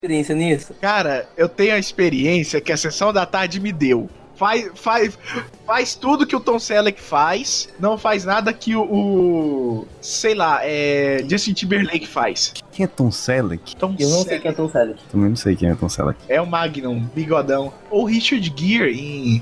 Experiência nisso? Cara, eu tenho a experiência que a sessão da tarde me deu. Faz tudo que o Tom Selleck faz, não faz nada que sei lá, Justin Timberlake faz. Quem é Tom Selleck? Eu não sei quem é Tom Selleck. Também não sei quem é Tom Selleck. É o Magnum, bigodão. Ou Richard Gere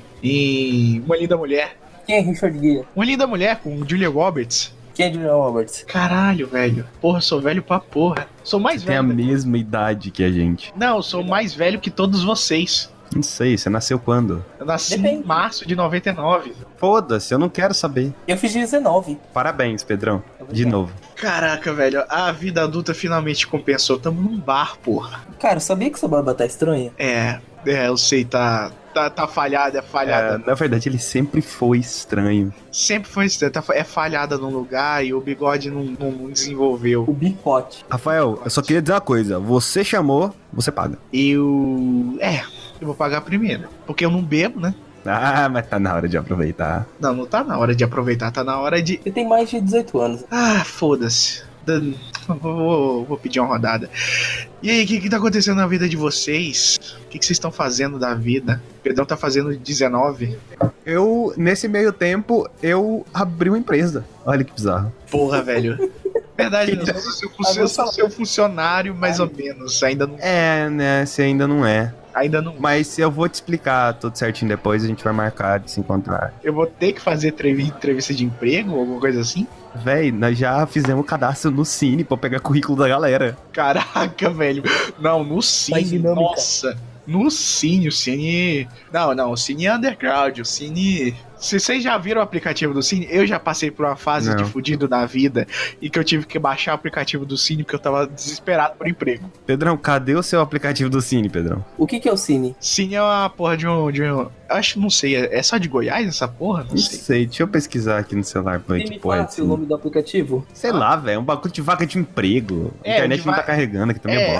em Uma Linda Mulher. Quem é Richard Gere? Uma Linda Mulher com Julia Roberts. Quem é Julia Roberts? Caralho, velho. Porra, sou velho pra porra. Sou mais Você tem a velho. mesma idade que a gente. Não, sou mais velho que todos vocês. Não sei, você nasceu quando? Eu nasci Depende. em março de 99. Foda-se, eu não quero saber. Eu fiz 19. Parabéns, Pedrão. De novo. Caraca, velho, a vida adulta finalmente compensou. Tamo num bar, porra. Cara, sabia que sua barba tá estranha? Eu sei, tá falhada, é falhada. Na verdade, ele sempre foi estranho. Sempre foi isso, é falhada num lugar e o bigode não desenvolveu. O bicote. Rafael, eu só queria dizer uma coisa. Você chamou, você paga. Eu vou pagar primeiro. Porque eu não bebo, né? Ah, mas tá na hora de aproveitar. Não tá na hora de aproveitar, tá na hora de... Você tem mais de 18 anos. Ah, foda-se. Vou pedir uma rodada. E aí, o que tá acontecendo na vida de vocês? O que vocês estão fazendo da vida? O Pedrão tá fazendo 19. Nesse meio tempo, eu abri uma empresa. Olha que bizarro. Porra, velho. Verdade, eu sou seu funcionário, mais ou menos. Ainda não. Né, você ainda não é. Ainda não. Mas eu vou te explicar tudo certinho depois, a gente vai marcar de se encontrar. Eu vou ter que fazer entrevista de emprego ou alguma coisa assim? Véi, nós já fizemos cadastro no Cine pra pegar currículo da galera. Caraca, velho. Não, no Cine. Nossa. No Cine, o Cine... Não, o Cine é underground, o Cine... Se vocês já viram o aplicativo do Cine, eu já passei por uma fase de fudido da vida e que eu tive que baixar o aplicativo do Cine porque eu tava desesperado por emprego. Pedrão, cadê o seu aplicativo do Cine, Pedrão? O que é o Cine? Cine é uma porra de um... Acho, não sei, é só de Goiás essa porra? Não sei. Deixa eu pesquisar aqui no celular pra ver que porra o nome do aplicativo? Sei lá, velho, é um bagulho de vaga de emprego. A internet não tá carregando aqui também é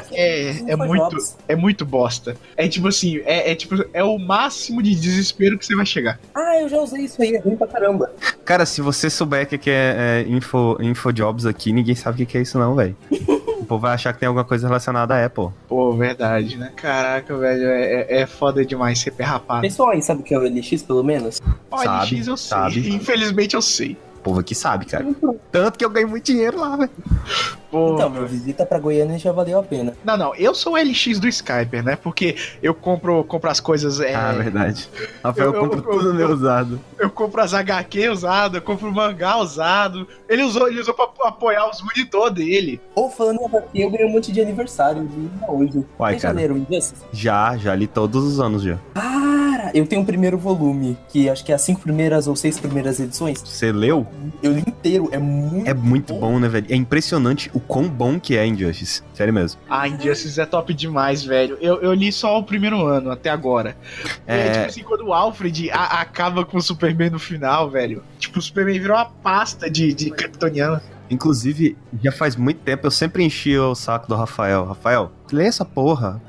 bosta. É muito bosta. É tipo assim, é o máximo de desespero que você vai chegar. Ah, eu já usei isso aí, é ruim pra caramba. Cara, se você souber o que é InfoJobs aqui, ninguém sabe o que é isso não, velho. O povo vai achar que tem alguma coisa relacionada à Apple. Pô, verdade, né? Caraca, velho, é foda demais ser perrapado. Pessoal aí sabe o que é o LX, pelo menos? O LX eu sei, infelizmente eu sei. O povo aqui sabe, cara. Tanto que eu ganhei muito dinheiro lá, velho. Então, minha visita pra Goiânia já valeu a pena. Não, eu sou o LX do Skyper, né? Porque eu compro as coisas... Ah, verdade. Rafael, eu compro tudo meu usado. Eu compro as HQ usado, eu compro o mangá usado. Ele usou pra apoiar os monitor dele. Ou falando em HQ, eu ganhei um monte de aniversário de hoje. Uai, Vocês já leram Injustice? Já li todos os anos já. Cara, eu tenho o primeiro volume, que acho que é as 5 primeiras ou 6 primeiras edições. Você leu? Eu li inteiro, é muito bom, né, velho? É impressionante o quão bom que é Injustice. Sério mesmo. Ah, Injustice é top demais, velho. Eu li só o primeiro ano, até agora. Tipo assim, quando o Alfred acaba com o Superman no final, velho. Tipo, o Superman virou uma pasta de kryptoniana. Inclusive, já faz muito tempo eu sempre enchi o saco do Rafael. Rafael, lê essa porra.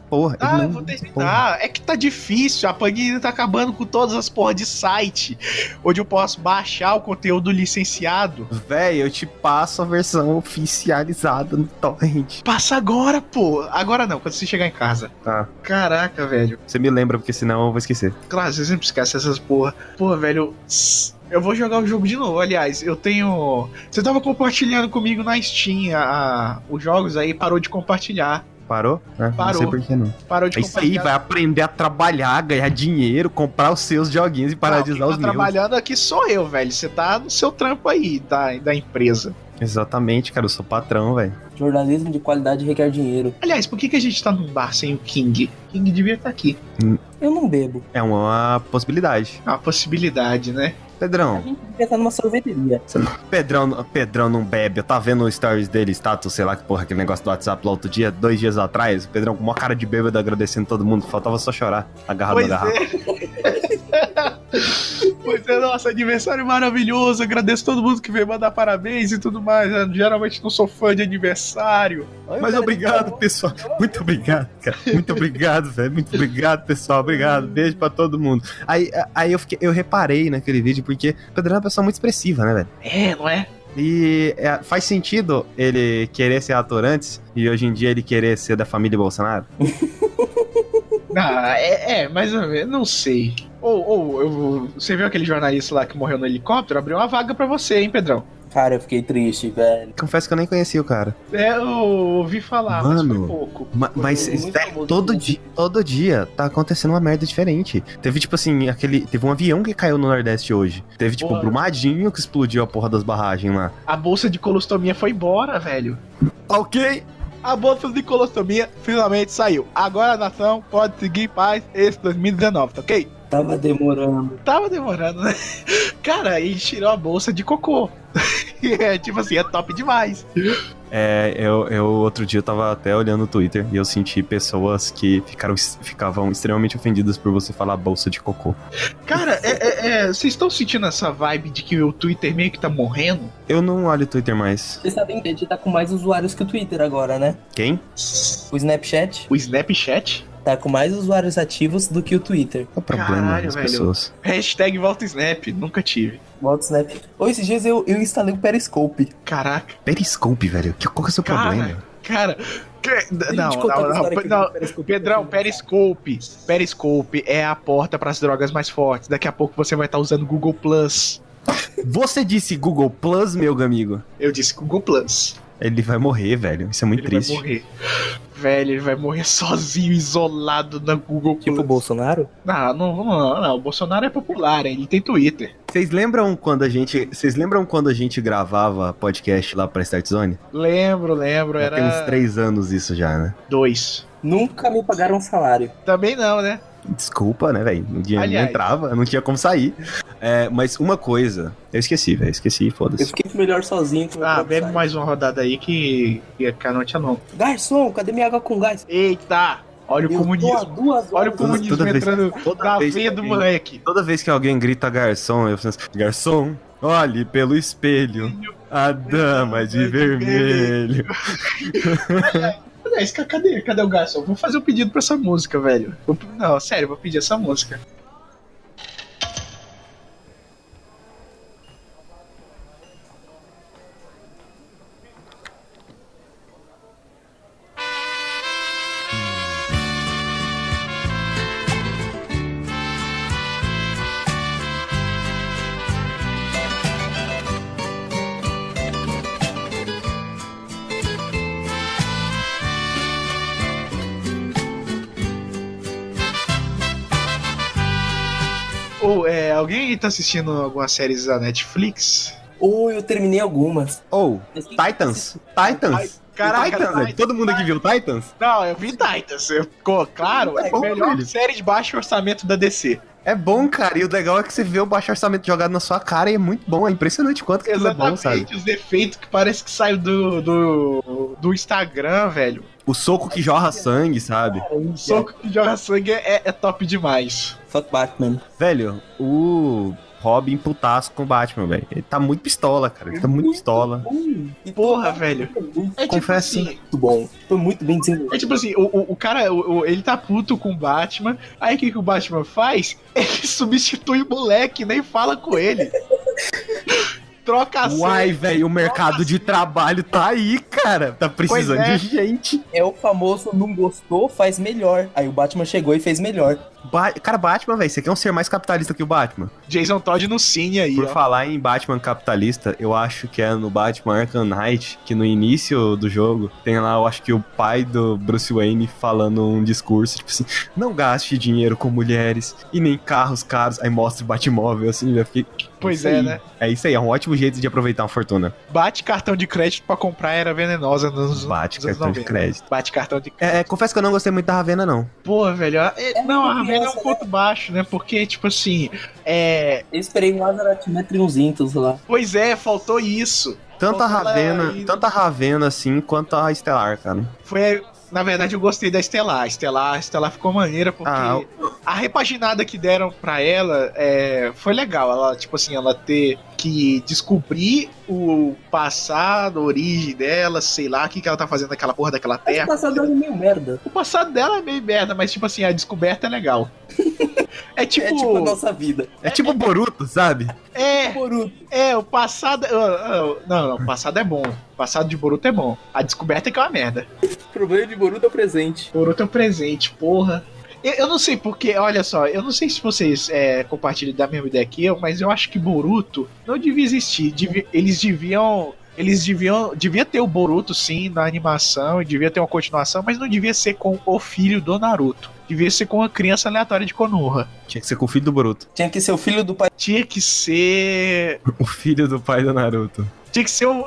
Ah, eu vou terminar. É que tá difícil. A Panini tá acabando com todas as porras de site onde eu posso baixar o conteúdo licenciado. Véi, eu te passo a versão oficializada no torrent. Passa agora, pô. Agora não, quando você chegar em casa. Tá. Caraca, velho. Você me lembra, porque senão eu vou esquecer. Claro, você sempre esquece essas porra. Porra, velho... Eu vou jogar o jogo de novo. Aliás, eu tenho... Você tava compartilhando comigo na Steam os jogos aí, parou de compartilhar. Parou? Parou. Não sei por que não. Parou de compartilhar. Isso aí, vai aprender a trabalhar, ganhar dinheiro, comprar os seus joguinhos e parar de usar os meus. Quem tá trabalhando aqui sou eu, velho. Você tá no seu trampo aí, da empresa. Exatamente, cara. Eu sou patrão, velho. Jornalismo de qualidade requer dinheiro. Aliás, por que a gente tá num bar sem o King? King devia estar aqui. Eu não bebo. É uma possibilidade. É uma possibilidade, né? Pedrão. A gente devia estar numa sorveteria. Pedrão não bebe. Eu tava vendo o stories dele, status, sei lá que porra, aquele negócio do WhatsApp lá outro dia, 2 dias atrás. O Pedrão com uma cara de bêbado agradecendo todo mundo. Faltava só chorar, agarrado na garrafa. Pois é, nossa, aniversário maravilhoso. Agradeço todo mundo que veio mandar parabéns e tudo mais. Eu geralmente não sou fã de aniversário. Mas obrigado, pessoal. Muito obrigado, cara. Muito obrigado, velho. Muito obrigado, pessoal. Obrigado. Beijo pra todo mundo. Aí eu reparei naquele vídeo, porque o Pedrão é uma pessoa muito expressiva, né, velho? Não é? E faz sentido ele querer ser ator antes e hoje em dia ele querer ser da família Bolsonaro? Mais ou menos, não sei. Você viu aquele jornalista lá que morreu no helicóptero? Abriu uma vaga pra você, hein, Pedrão? Cara, eu fiquei triste, velho. Confesso que eu nem conhecia o cara. Eu ouvi falar, mano, mas foi pouco. Mas velho, todo dia tá acontecendo uma merda diferente. Teve, tipo assim, teve um avião que caiu no Nordeste hoje. Teve, tipo, o Brumadinho que explodiu a porra das barragens lá. A bolsa de colostomia foi embora, velho. Ok. A bolsa de colostomia finalmente saiu. Agora a nação pode seguir em paz esse 2019, tá ok? Tava demorando, né? Cara, ele tirou a bolsa de cocô. Tipo assim, é top demais. Eu outro dia eu tava até olhando o Twitter e eu senti pessoas que ficavam extremamente ofendidas por você falar bolsa de cocô. Cara, vocês estão sentindo essa vibe de que o Twitter meio que tá morrendo? Eu não olho o Twitter mais. Vocês sabem que a gente tá com mais usuários que o Twitter agora, né? Quem? O Snapchat. O Snapchat? Tá com mais usuários ativos do que o Twitter. Qual o problema das pessoas? Hashtag volta Snap, nunca tive. Volta Snap. Esses dias eu instalei o Periscope. Caraca. Periscope, velho? Qual que é o seu problema? Cara... Não. Pedrão, Periscope é a porta pras drogas mais fortes. Daqui a pouco você vai estar usando Google Plus. Você disse Google Plus, meu amigo? Eu disse Google Plus. Ele vai morrer, velho. Isso é muito triste. Ele vai morrer. Velho, ele vai morrer sozinho, isolado na Google Plus. Tipo o Bolsonaro? Não. O Bolsonaro é popular, ele tem Twitter. Vocês lembram quando a gente gravava podcast lá pra Start Zone? Lembro. Tem uns 3 anos isso já, né? 2. Nunca me pagaram um salário. Também não, né? Desculpa, né, velho? No dia não entrava, não tinha como sair. Mas uma coisa, eu esqueci, velho. Foda-se. Eu fiquei melhor sozinho. Bebe mais uma rodada aí que a noite é longa. Garçom, cadê minha água com gás? Eita! Olha o comunismo. Olha o comunismo entrando na veia do moleque. Toda vez que alguém grita garçom, eu penso, garçom, olhe pelo espelho, a dama de vermelho. Aliás, cadê o garçom? Vou fazer um pedido pra essa música, velho. Não, sério, vou pedir essa música. Alguém tá assistindo algumas séries da Netflix? Eu terminei algumas. Titans. Caraca, Titans. Todo mundo aqui viu Titans? Não, eu vi Titans. Claro, é a melhor série de baixo orçamento da DC. É bom, cara, e o legal é que você vê o baixo orçamento jogado na sua cara e é muito bom, é impressionante quanto que aquilo é bom, sabe? Os efeitos que parece que saem do Instagram, velho. O soco que jorra sangue, sabe? O soco que jorra sangue é top demais. Fuck Batman. Velho, o Robin putaço com o Batman, velho. Ele tá muito pistola, cara. Ele tá muito pistola. Porra, velho. Confesso. Tipo assim, muito bom. Foi muito bem desenvolvido. É tipo assim, o cara, ele tá puto com o Batman. Aí o que o Batman faz? Ele substitui o moleque, nem fala com ele. Troca a Uai, velho, o mercado de trabalho tá aí, cara. Tá precisando de gente. É o famoso não gostou, faz melhor. Aí o Batman chegou e fez melhor. Cara, Batman, velho, você quer um ser mais capitalista que o Batman? Jason Todd no Cine aí, Por falar em Batman capitalista, eu acho que é no Batman Arkham Knight, que no início do jogo, tem lá, eu acho que o pai do Bruce Wayne falando um discurso, tipo assim, não gaste dinheiro com mulheres e nem carros caros. Aí mostra o Batmóvel, assim, eu fiquei... Pois é, né? É isso aí, é um ótimo jeito de aproveitar uma fortuna. Bate cartão de crédito pra comprar era venenosa nos Bate cartão de crédito. Bate cartão de crédito. Confesso que eu não gostei muito da Ravena, não. Pô, velho, não, a Ravena é um ponto baixo, né? Porque, tipo assim, Eu esperei um Azarath e uns Intos lá. Pois é, faltou isso. Tanto a Ravena, assim, quanto a Estelar, cara. Na verdade, eu gostei da Estelar. A Estelar ficou maneira porque a repaginada que deram pra ela foi legal. Ela, tipo assim, ela ter que descobrir o passado, a origem dela, sei lá, o que ela tá fazendo naquela porra daquela terra. O passado dela é meio merda. O passado dela é meio merda, mas, tipo assim, a descoberta é legal. É tipo... É tipo a nossa vida. É tipo Boruto, sabe? Boruto. O passado... Não, o passado é bom. O passado de Boruto é bom. A descoberta é que é uma merda. O problema de Boruto é o presente. Boruto é o presente, porra. Eu não sei porque, olha só, eu não sei se vocês compartilham da mesma ideia que eu, mas eu acho que Boruto não devia existir. Devia ter o Boruto sim na animação, e devia ter uma continuação, mas não devia ser com o filho do Naruto. Devia ser com uma criança aleatória de Konoha. Tinha que ser com o filho do Boruto. Tinha que ser o filho do pai. Tinha que ser. O filho do pai do Naruto. Tinha que ser o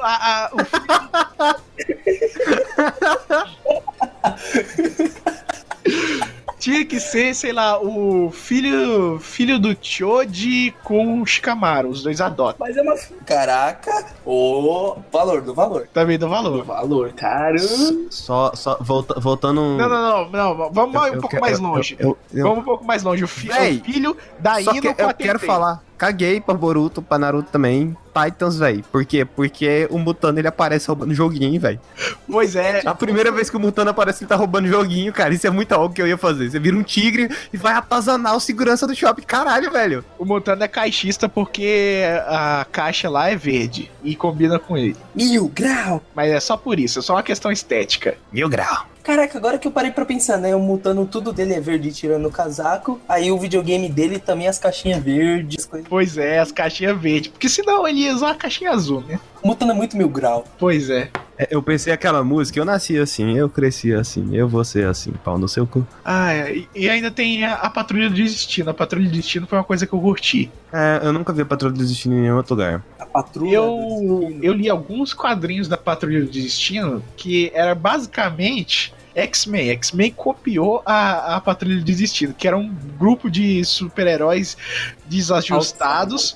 Tinha que ser, sei lá, o filho do Choji com o Shikamaru. Os dois adotam. Mas é uma... Caraca. O valor do valor. Também do valor. Valor, cara. Só voltando... Não. Vamos um pouco mais longe. Vamos um pouco mais longe. O filho da Ino com a eu quero falar. Caguei pra Boruto, pra Naruto também. Titans, velho. Por quê? Porque o Mutano, ele aparece roubando joguinho, velho. Pois é. A primeira vez que o Mutano aparece, ele tá roubando joguinho, cara. Isso é muito algo que eu ia fazer. Você vira um tigre e vai atazanar o segurança do shopping. Caralho, velho. O Mutano é caixista porque a caixa lá é verde e combina com ele. 1000 grau. Mas é só por isso, é só uma questão estética. 1000 grau. Caraca, agora que eu parei pra pensar, né? O Mutano, tudo dele é verde tirando o casaco. Aí o videogame dele também as caixinhas verdes. Coisas... Pois é, as caixinhas verdes. Porque senão ele ia usar a caixinha azul, né? O Mutano é muito 1000 grau. Pois é. Eu pensei aquela música, eu nasci assim, eu cresci assim, eu vou ser assim, pau no seu cu. E ainda tem a Patrulha do Destino. A Patrulha do Destino foi uma coisa que eu curti. Eu nunca vi a Patrulha do Destino em nenhum outro lugar. A Patrulha do Destino. Eu li alguns quadrinhos da Patrulha do Destino que era basicamente... X-Men. X-Men copiou a Patrulha do Destino, que era um grupo de super-heróis desajustados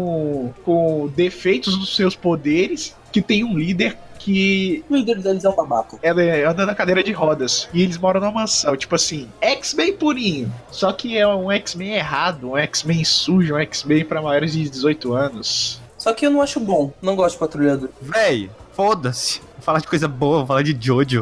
com defeitos dos seus poderes, que tem um líder que... O líder deles é um babaca. Anda na cadeira de rodas. E eles moram numa mansão. Tipo assim, X-Men purinho. Só que é um X-Men errado, um X-Men sujo, um X-Men pra maiores de 18 anos. Só que eu não acho bom. Não gosto de patrulhador. Véi, foda-se. Vou falar de coisa boa, vou falar de Jojo.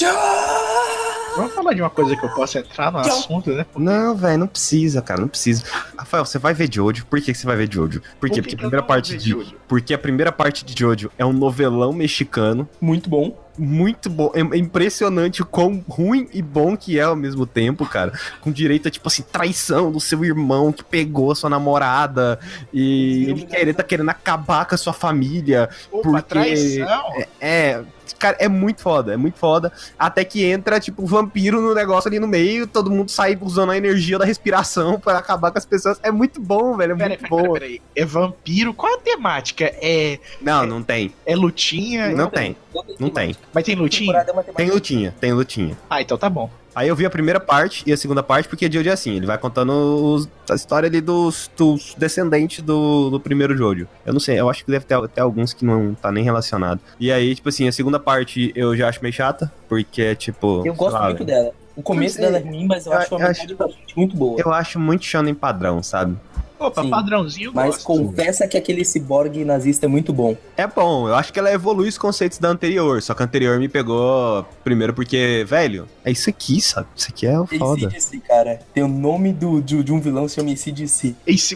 Vamos falar de uma coisa que eu posso entrar no assunto, né? Não, velho, não precisa, cara, não precisa. Rafael, você vai ver Jojo. Por que você vai ver Jojo? Porque a primeira parte de Jojo? Porque a primeira parte de Jojo é um novelão mexicano. Muito bom. Muito bom, é impressionante o quão ruim e bom que é ao mesmo tempo, cara. Com direito a, tipo assim, traição do seu irmão que pegou a sua namorada e ele tá querendo acabar com a sua família. Opa, porque traição? Cara, é muito foda. Até que entra, tipo, um vampiro no negócio ali no meio, todo mundo sai usando a energia da respiração pra acabar com as pessoas. É muito bom, velho, Peraí. É vampiro? Qual a temática? Não tem. É lutinha? Não tem. Mas tem lutinha? Tem lutinha. Ah, então tá bom. Aí eu vi a primeira parte e a segunda parte, porque Jojo é assim, ele vai contando a história ali dos descendentes do primeiro Jojo. Eu não sei, eu acho que deve ter até alguns que não tá nem relacionado. E aí, tipo assim, a segunda parte eu já acho meio chata, porque, tipo... Eu gosto muito dela. O começo dela é ruim, mas eu acho a metade da frente muito boa. Eu acho muito shonen padrão, sabe? Opa, sim, padrãozinho, mas gosto. Confessa que aquele ciborgue nazista é muito bom. É bom, eu acho que ela evolui os conceitos da anterior, só que a anterior me pegou primeiro porque, velho, é isso aqui, sabe? Isso aqui é o foda. ACDC, cara. Tem o nome de um vilão que se chama ACDC.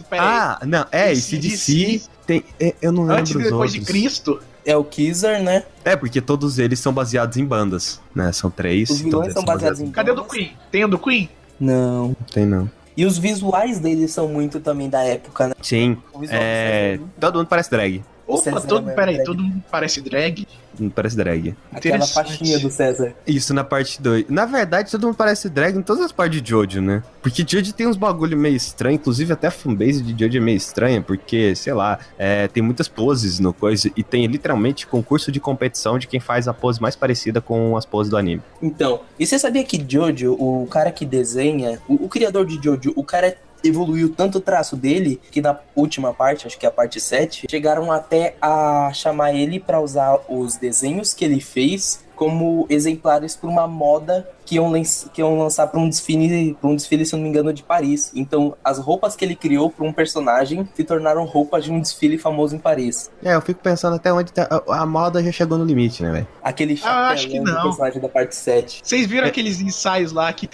ACDC tem... Eu não lembro antes e depois de Cristo. É o Kizer, né? É, porque todos eles são baseados em bandas, né? São 3. Os vilões são baseados em bandas. Cadê o do Queen? Tem o do Queen? Não. Tem não. E os visuais deles são muito também da época, né? Sim. Todo mundo parece drag. Opa, todo mundo parece drag? Parece drag. Aquela faixinha do César. Isso na parte 2. Na verdade, todo mundo parece drag em todas as partes de Jojo, né? Porque Jojo tem uns bagulho meio estranho, inclusive até a fanbase de Jojo é meio estranha, porque, sei lá, tem muitas poses no coisa, e tem literalmente concurso de competição de quem faz a pose mais parecida com as poses do anime. Então, e você sabia que Jojo, o cara que desenha, o criador de Jojo, o cara evoluiu tanto o traço dele, que na última parte, acho que é a parte 7, chegaram até a chamar ele pra usar os desenhos que ele fez como exemplares para uma moda que iam lançar para um desfile, se eu não me engano, de Paris. Então, as roupas que ele criou para um personagem se tornaram roupas de um desfile famoso em Paris. Eu fico pensando até onde a moda já chegou no limite, né, velho? Aquele acho que chapéu do não. personagem da parte 7. Vocês viram aqueles ensaios lá que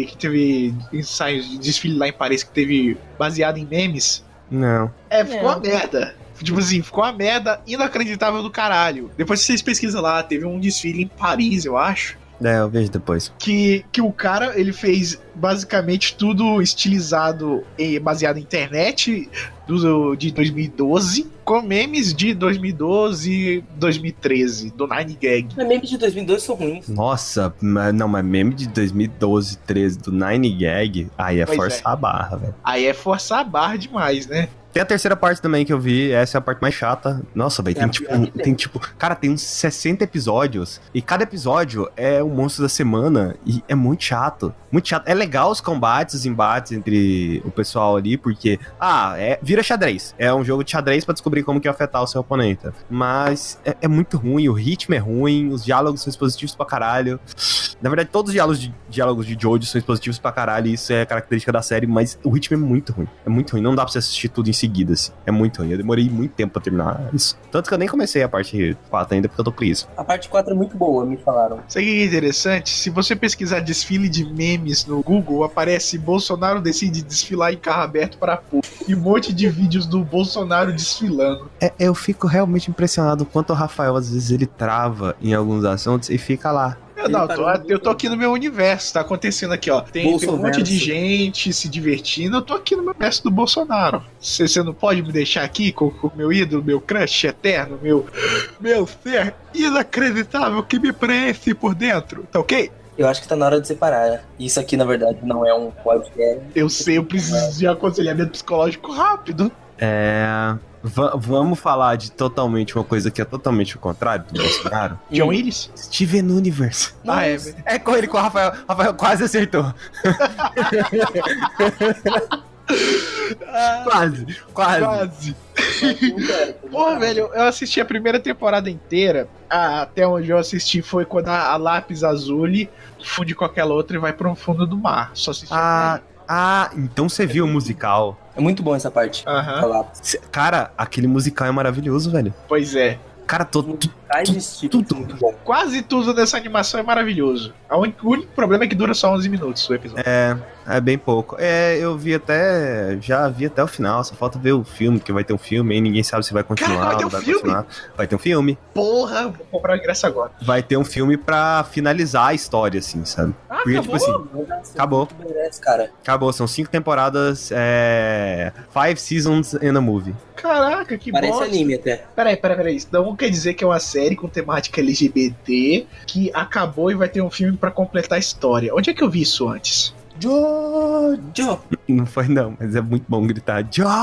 teve ensaios de desfile lá em Paris que teve baseado em memes? Não. Ficou uma merda. Tipo assim, ficou uma merda inacreditável do caralho. Depois vocês pesquisam lá, teve um desfile em Paris, eu acho. Eu vejo depois. Que o cara, ele fez basicamente tudo estilizado e baseado na internet de 2012, com memes de 2012 2013, do Nine Gag. Mas memes de 2012 são ruins. Nossa, mas meme de 2012, 13 do Nine Gag, aí é forçar a barra, velho. Aí é forçar a barra demais, né? Tem a terceira parte também que eu vi, essa é a parte mais chata. Nossa, velho, cara, tem uns 60 episódios, e cada episódio é um monstro da semana, e é muito chato. Muito chato. É legal os combates, os embates entre o pessoal ali, porque, vira xadrez. É um jogo de xadrez pra descobrir como que vai afetar o seu oponente. Mas é muito ruim, o ritmo é ruim, os diálogos são expositivos pra caralho. Na verdade, todos os diálogos de Jojo são expositivos pra caralho, e isso é característica da série, mas o ritmo é muito ruim. É muito ruim, não dá pra você assistir tudo em seguida, assim. É muito ruim. Eu demorei muito tempo pra terminar isso. Tanto que eu nem comecei a parte 4 ainda, porque eu tô preso. A parte 4 é muito boa, me falaram. Sabe o que é interessante? Se você pesquisar desfile de memes no Google, aparece Bolsonaro decide desfilar em carro aberto para público. E um monte de vídeos do Bolsonaro desfilando. Eu fico realmente impressionado quanto o Rafael, às vezes, ele trava em alguns assuntos e fica lá. Eu tô aqui no meu universo, tá acontecendo aqui, ó. Tem um monte de gente se divertindo, eu tô aqui no meu universo do Bolsonaro. Você não pode me deixar aqui com o meu ídolo, meu crush eterno, meu ser inacreditável que me preenche por dentro, tá ok? Eu acho que tá na hora de separar. Isso aqui, na verdade, não é um podcast. Eu sei, eu preciso de aconselhamento psicológico rápido. Vamos falar de uma coisa que é totalmente o contrário do Bolsonaro. John Willis? Steven Universe. É com ele, com o Rafael. Rafael quase acertou. Quase. Porra, velho, eu assisti a primeira temporada inteira. Até onde eu assisti foi quando a Lápis Azul funde com aquela outra e vai pro fundo do mar. Só assisti. Então você viu o musical. É muito bom essa parte. Cara, aquele musical é maravilhoso, velho. Pois é. Cara, tudo. Muito bom. Quase tudo dessa animação é maravilhoso. O único problema é que dura só 11 minutos o episódio. É bem pouco. Já vi até o final, só falta ver o filme, porque vai ter um filme, aí ninguém sabe se vai continuar. Cara, vai ter um filme. Porra, vou comprar o ingresso agora. Vai ter um filme pra finalizar a história, assim, sabe? Porque, acabou? tipo assim, acabou. Acabou, são 5 temporadas, 5 seasons in a movie. Caraca, que bosta. Parece anime até. Peraí. Então quer dizer que é uma série com temática LGBT que acabou e vai ter um filme pra completar a história. Onde é que eu vi isso antes? Jojo! Não foi não, mas é muito bom gritar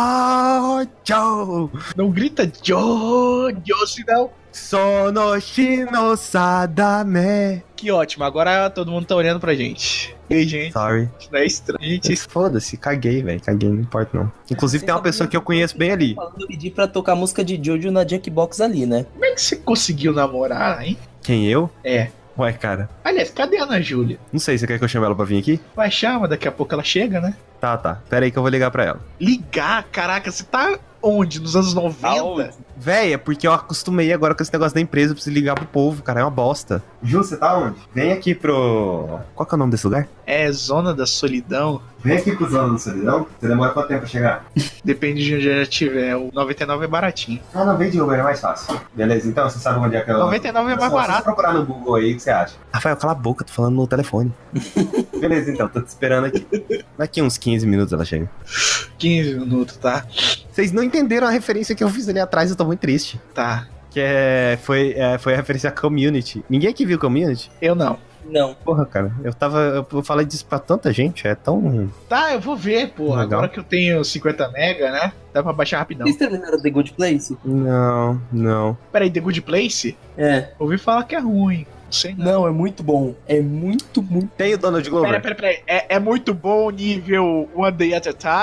Jojo! Não grita Jojo, senão... Sono shino sadame. Que ótimo, agora todo mundo tá olhando pra gente. E aí, gente? Sorry. Isso não é estranho. Gente, foda-se, caguei, velho. Caguei, não importa não. Inclusive tem uma pessoa que eu conheço bem ali. Eu pedi pra tocar música de Jojo na Jackbox ali, né? Como é que você conseguiu namorar, hein? Quem, eu? É. Ué, cara. Aliás, cadê a Ana Júlia? Não sei, você quer que eu chame ela pra vir aqui? Vai, chama, daqui a pouco ela chega, né? Tá. Pera aí que eu vou ligar pra ela. Ligar? Caraca, você tá onde? Nos anos 90? Véi, é porque eu acostumei agora com esse negócio da empresa, eu preciso ligar pro povo, cara, é uma bosta. Ju, você tá onde? Vem aqui pro... Qual que é o nome desse lugar? É Zona da Solidão. Vem aqui pro Zona da Solidão. Você demora quanto tempo pra chegar? Depende de onde já estiver. O 99 é baratinho. Não, vem de Uber, é mais fácil. Beleza, então você sabe onde é que eu... 99 é mais barato. Se procurar no Google aí, o que você acha? Rafael, cala a boca, tô falando no telefone. Beleza, então, tô te esperando aqui. Daqui uns 15 minutos ela chega. 15 minutos, tá? Vocês não entenderam a referência que eu fiz ali atrás, eu tô muito triste. Tá. Que foi a referência a Community. Ninguém aqui viu Community? Eu não. Não. Porra, cara, eu falei disso pra tanta gente, é tão... Tá, eu vou ver, pô. Legal. Agora que eu tenho 50 mega, né? Dá pra baixar rapidão. Vocês terminaram The Good Place? Não. Peraí, The Good Place? É. Ouvi falar que é ruim. Não, é muito bom. É muito. Tem o Donald Glover? Peraí. É muito bom nível One Day at a Time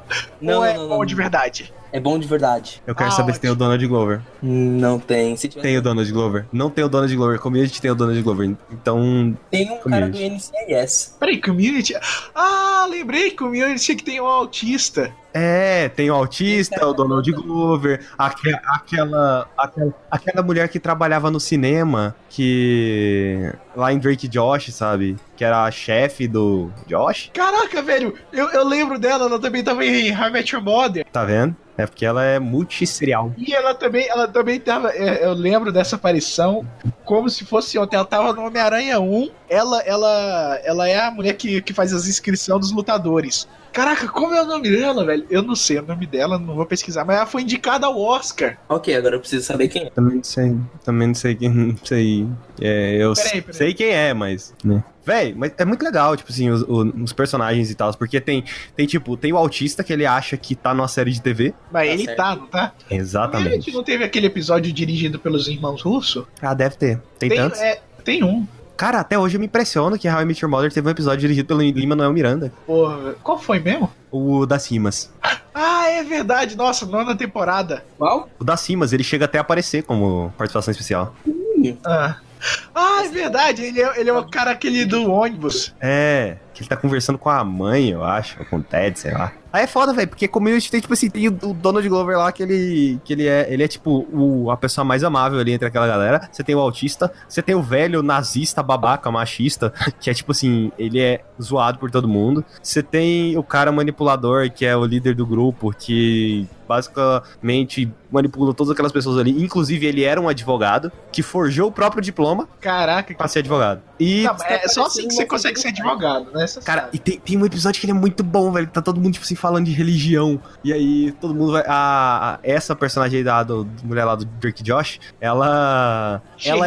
Ou é bom de verdade? É bom de verdade. Eu quero saber se tem o Donald Glover. Não tem. Tem o Donald Glover. Não tem o Donald Glover. Community tem o Donald Glover. Então... Tem um cara do NCIS. Peraí, Community... lembrei. Community que tem um autista. Tem o autista, o Donald Glover, aquela mulher que trabalhava no cinema, que... lá em Drake e Josh, sabe? Que era a chefe do Josh. Caraca, velho, eu lembro dela, ela também tava em How I Met Your Mother. Tá vendo? É porque ela é multisserial. E ela também tava, eu lembro dessa aparição como se fosse ontem, ela tava no Homem-Aranha 1, ela é a mulher que faz as inscrições dos lutadores. Caraca, como é o nome dela, velho? Eu não sei o nome dela, não vou pesquisar, mas ela foi indicada ao Oscar. Ok, agora eu preciso saber quem é. Também não sei quem, não sei. Eu Peraí. sei quem é, mas... Né? Véi, mas é muito legal, tipo assim, os personagens e tal, porque tem o autista que ele acha que tá numa série de TV. Mas ele tá, não tá? Exatamente. A gente não teve aquele episódio dirigido pelos irmãos Russo? Ah, deve ter. Tem tantos? Tem um. Cara, até hoje eu me impressiono que How I Met Your Mother teve um episódio dirigido pelo Lin-Manuel Miranda. Porra, qual foi mesmo? O das Rimas. Ah, é verdade, nossa, 9ª temporada. Qual? O das Rimas, ele chega até a aparecer como participação especial. É verdade, ele é o cara aquele do ônibus. Que ele tá conversando com a mãe, eu acho, ou com o Ted, sei lá. Aí é foda, velho, porque Community tem, tipo assim, tem o Donald Glover lá, que ele é tipo, a pessoa mais amável ali entre aquela galera. Você tem o autista, você tem o velho nazista, babaca, machista, que é tipo assim, ele é zoado por todo mundo. Você tem o cara manipulador, que é o líder do grupo, que basicamente manipula todas aquelas pessoas ali. Inclusive, ele era um advogado que forjou o próprio diploma. Caraca, pra ser advogado. E não, é só assim que você consegue ser advogado, né? Cara, e tem um episódio que ele é muito bom, velho. Tá todo mundo, tipo assim, falando de religião. E aí, todo mundo vai... essa personagem aí do mulher lá do Drake Josh, ela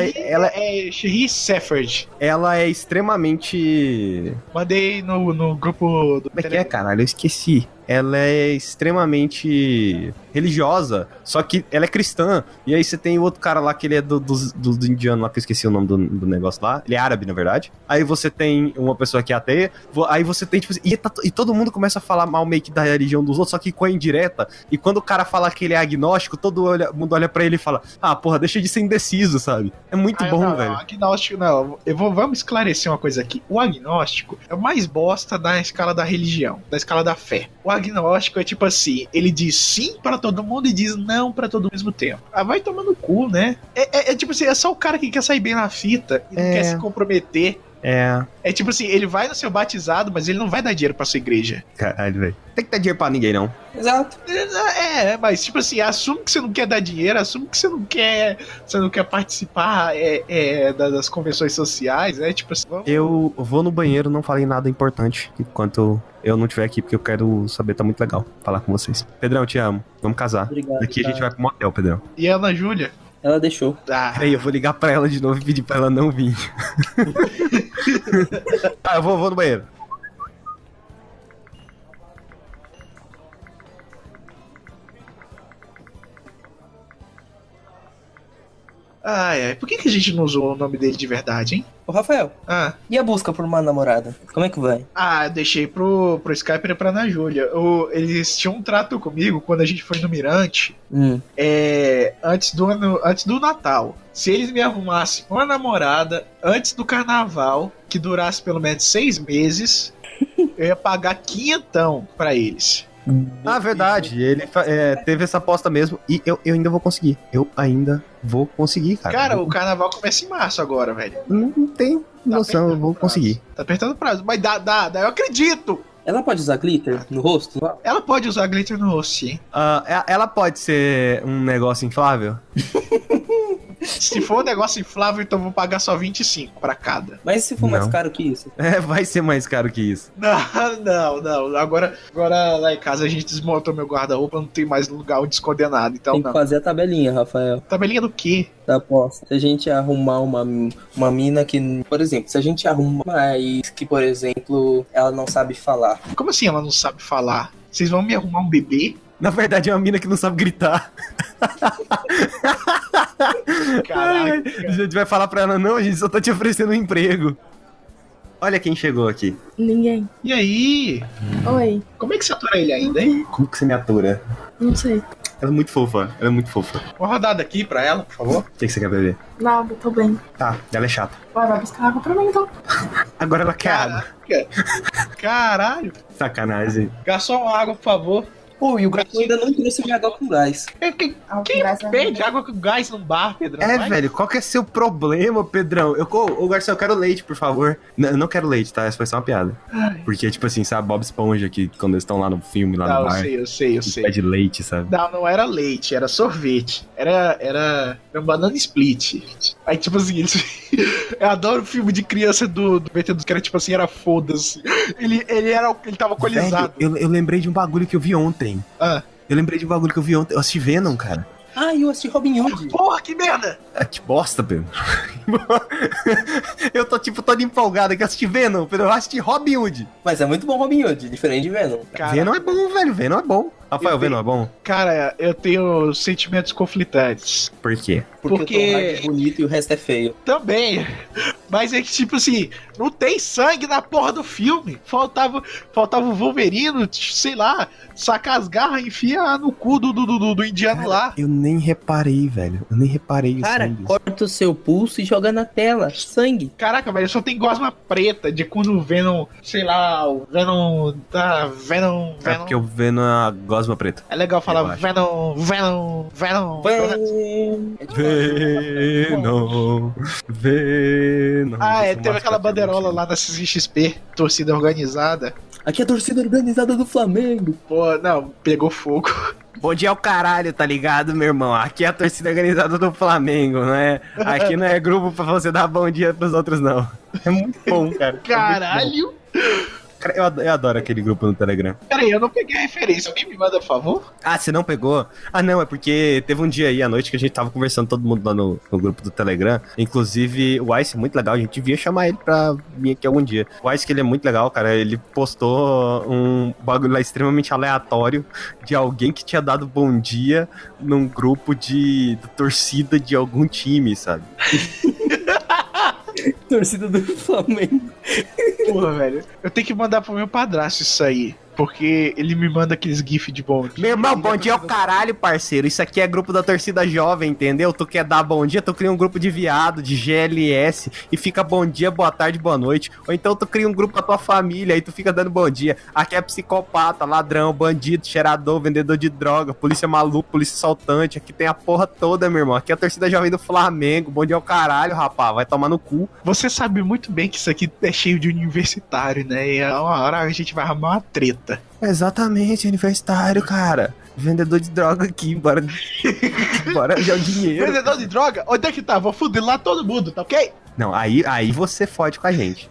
é Sherry Safford. Ela é extremamente... Mandei no grupo do... Como é que é, caralho? Eu esqueci. Ela é extremamente religiosa, só que ela é cristã. E aí você tem o outro cara lá, que ele é do indiano lá, que eu esqueci o nome do negócio lá. Ele é árabe, na verdade. Aí você tem uma pessoa que é ateia. Aí você tem, tipo assim, e todo mundo começa a falar mal meio que da religião dos outros, só que com a indireta. E quando o cara fala que ele é agnóstico, todo mundo olha pra ele e fala: ah, porra, deixa de ser indeciso, sabe? É muito bom, velho. Não, agnóstico não. Vamos esclarecer uma coisa aqui. O agnóstico é o mais bosta da escala da religião, da escala da fé. O agnóstico é tipo assim, ele diz sim pra todo mundo e diz não pra todo mundo ao mesmo tempo. Ah, vai tomar no cu, né? É tipo assim, é só o cara que quer sair bem na fita e não quer se comprometer. É tipo assim, ele vai no seu batizado, mas ele não vai dar dinheiro pra sua igreja. Caralho, velho. Tem que dar dinheiro pra ninguém, não. Exato. Mas tipo assim, assume que você não quer dar dinheiro, assume que você não quer participar das convenções sociais, né? Tipo assim, eu vou no banheiro, não falei nada importante enquanto eu não estiver aqui, porque eu quero saber, tá muito legal falar com vocês. Pedrão, te amo. Vamos casar. Obrigado, Daqui a gente vai pro motel, Pedrão. E a Ana Júlia? Ela deixou. Aí eu vou ligar pra ela de novo e pedir pra ela não vir. Eu vou no banheiro. Por que a gente não usou o nome dele de verdade, hein? Ô, Rafael, e a busca por uma namorada? Como é que vai? Eu deixei pro Skype e pra Ana Júlia. Eles tinham um trato comigo quando a gente foi no Mirante, antes do Natal. Se eles me arrumassem uma namorada antes do carnaval, que durasse pelo menos 6 meses, eu ia pagar quinhentão pra eles. Verdade. Ele teve essa aposta mesmo. E eu ainda vou conseguir. Eu ainda vou conseguir, cara. Cara, o carnaval começa em março agora, velho. Não tenho noção, eu vou conseguir. Tá apertando o prazo. Mas dá, eu acredito. Ela pode usar glitter no rosto? Ela pode usar glitter no rosto, sim. Ela pode ser um negócio inflável? Se for um negócio inflável, então eu vou pagar só 25 pra cada. Mas se for mais caro que isso? Vai ser mais caro que isso. Não. Agora lá em casa a gente desmontou meu guarda-roupa, não tem mais lugar onde esconder nada, então tem que fazer a tabelinha, Rafael. Tabelinha do quê? Da aposta. Se a gente arrumar uma mina que, por exemplo, se a gente arruma mais que, por exemplo, ela não sabe falar. Como assim ela não sabe falar? Vocês vão me arrumar um bebê? Na verdade é uma mina que não sabe gritar. Caraca. A gente vai falar pra ela, não, a gente só tá te oferecendo um emprego. Olha quem chegou aqui. Ninguém. E aí? Oi. Como é que você atura ele ainda, hein? Como que você me atura? Não sei. Ela é muito fofa, ela é muito fofa. Uma rodada aqui pra ela, por favor. O que você quer beber? Nada, tô bem. Tá, ela é chata. Vai buscar água pra mim, então. Agora ela quer água. Caralho. Sacanagem. Garçom, água, por favor. Pô, e o garçom ainda não trouxe minha água com gás. Quem Graças a pede Deus. água com gás num bar, Pedrão? É, Vai. velho, qual que é seu problema, Pedrão? Ô, garçom, eu quero leite, por favor. Eu não quero leite, tá? Essa foi só uma piada. Ai. Porque, tipo assim, sabe, Bob Esponja, que quando eles estão lá no filme, lá Não, no bar, eu sei. pede leite, sabe? Não era leite, era sorvete. Era um banana split. Aí, tipo assim, eles... Eu adoro filme de criança do BT2, que era tipo assim, era foda-se. Ele tava alcoolizado. Velho, eu lembrei de um bagulho que eu vi ontem. Ah. Eu assisti Venom, cara. Ah, eu assisti Robin Hood. Porra, que merda! Ah, que bosta, Pedro. Eu tô, tipo, todo empolgado aqui. Eu assisti Venom, Pedro. Eu assisti Robin Hood. Mas é muito bom Robin Hood, diferente de Venom. Cara, Venom é bom, velho. Venom é bom. Rafael, Venom é bom? Cara, eu tenho sentimentos conflitantes. Por quê? Porque o Tom Hardy é bonito e o resto é feio. Também. Mas é que, tipo assim, não tem sangue na porra do filme. Faltava o Wolverine, sei lá, sacar as garras e enfiar no cu do indiano lá. Eu nem reparei, velho. Eu nem reparei o Cara, sangue. corta o seu pulso e joga na tela. Sangue. Caraca, velho, só tem gosma preta de quando o Venom, sei lá, o Venom. Tá, Venom. É porque o Venom é a gosma preta. É legal Eu falar acho. Venom. Venom. Ah, Deixa eu teve aquela mascar bandeirola aqui. lá na CXP, torcida organizada. Aqui é a torcida organizada do Flamengo. Pô, não, pegou fogo. Bom dia ao caralho, tá ligado, meu irmão? Aqui é a torcida organizada do Flamengo, não é? Aqui não é grupo pra você dar bom dia pros outros, não. É muito bom, cara. Caralho! Cara, eu adoro aquele grupo no Telegram. Peraí, eu não peguei a referência. Alguém me manda, por favor? Ah, você não pegou? Ah, não, é porque teve um dia aí à noite que a gente tava conversando todo mundo lá no grupo do Telegram. Inclusive, o Ice é muito legal, a gente devia chamar ele pra vir aqui algum dia. O Ice, que ele é muito legal, cara, ele postou um bagulho lá extremamente aleatório de alguém que tinha dado bom dia num grupo de torcida de algum time, sabe? Torcida do Flamengo. Porra, velho. Eu tenho que mandar pro meu padrasto isso aí. Porque ele me manda aqueles gifs de bom dia. Meu irmão, bom dia é o caralho, parceiro. Isso aqui é grupo da torcida jovem, entendeu? Tu quer dar bom dia, tu cria um grupo de viado, de GLS, e fica bom dia, boa tarde, boa noite. Ou então tu cria um grupo com a tua família, aí tu fica dando bom dia. Aqui é psicopata, ladrão, bandido, cheirador, vendedor de droga, polícia maluco, polícia assaltante. Aqui tem a porra toda, meu irmão. Aqui é a torcida jovem do Flamengo. Bom dia ao caralho, rapá. Vai tomar no cu. Você sabe muito bem que isso aqui é cheio de universitário, né? E a uma hora a gente vai arrumar uma treta. Exatamente, universitário, cara. Vendedor de droga aqui, bora. Bora já o dinheiro. Vendedor de droga? Onde é que tá? Vou fuder lá todo mundo, tá ok? Não, aí você fode com a gente.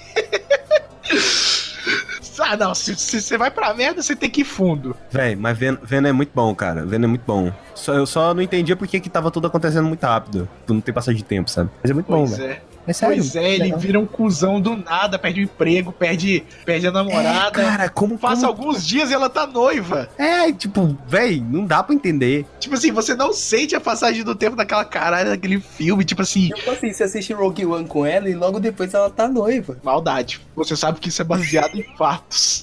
Ah, não, se você vai pra merda, você tem que ir fundo. Véi, mas Venom é muito bom, cara. Venom é muito bom. Eu só não entendia por que tava tudo acontecendo muito rápido. Por não ter passado de tempo, sabe? Mas é muito bom, Pois velho. é. É sério. Pois é, ele vira um cuzão do nada, perde o emprego, perde a namorada. Cara, como... Passa alguns dias e ela tá noiva. É, tipo, véi, não dá pra entender. Tipo assim, você não sente a passagem do tempo daquela caralho daquele filme, tipo assim, Tipo assim, você assiste Rogue One com ela e logo depois ela tá noiva. maldade. Você sabe que isso é baseado em fatos.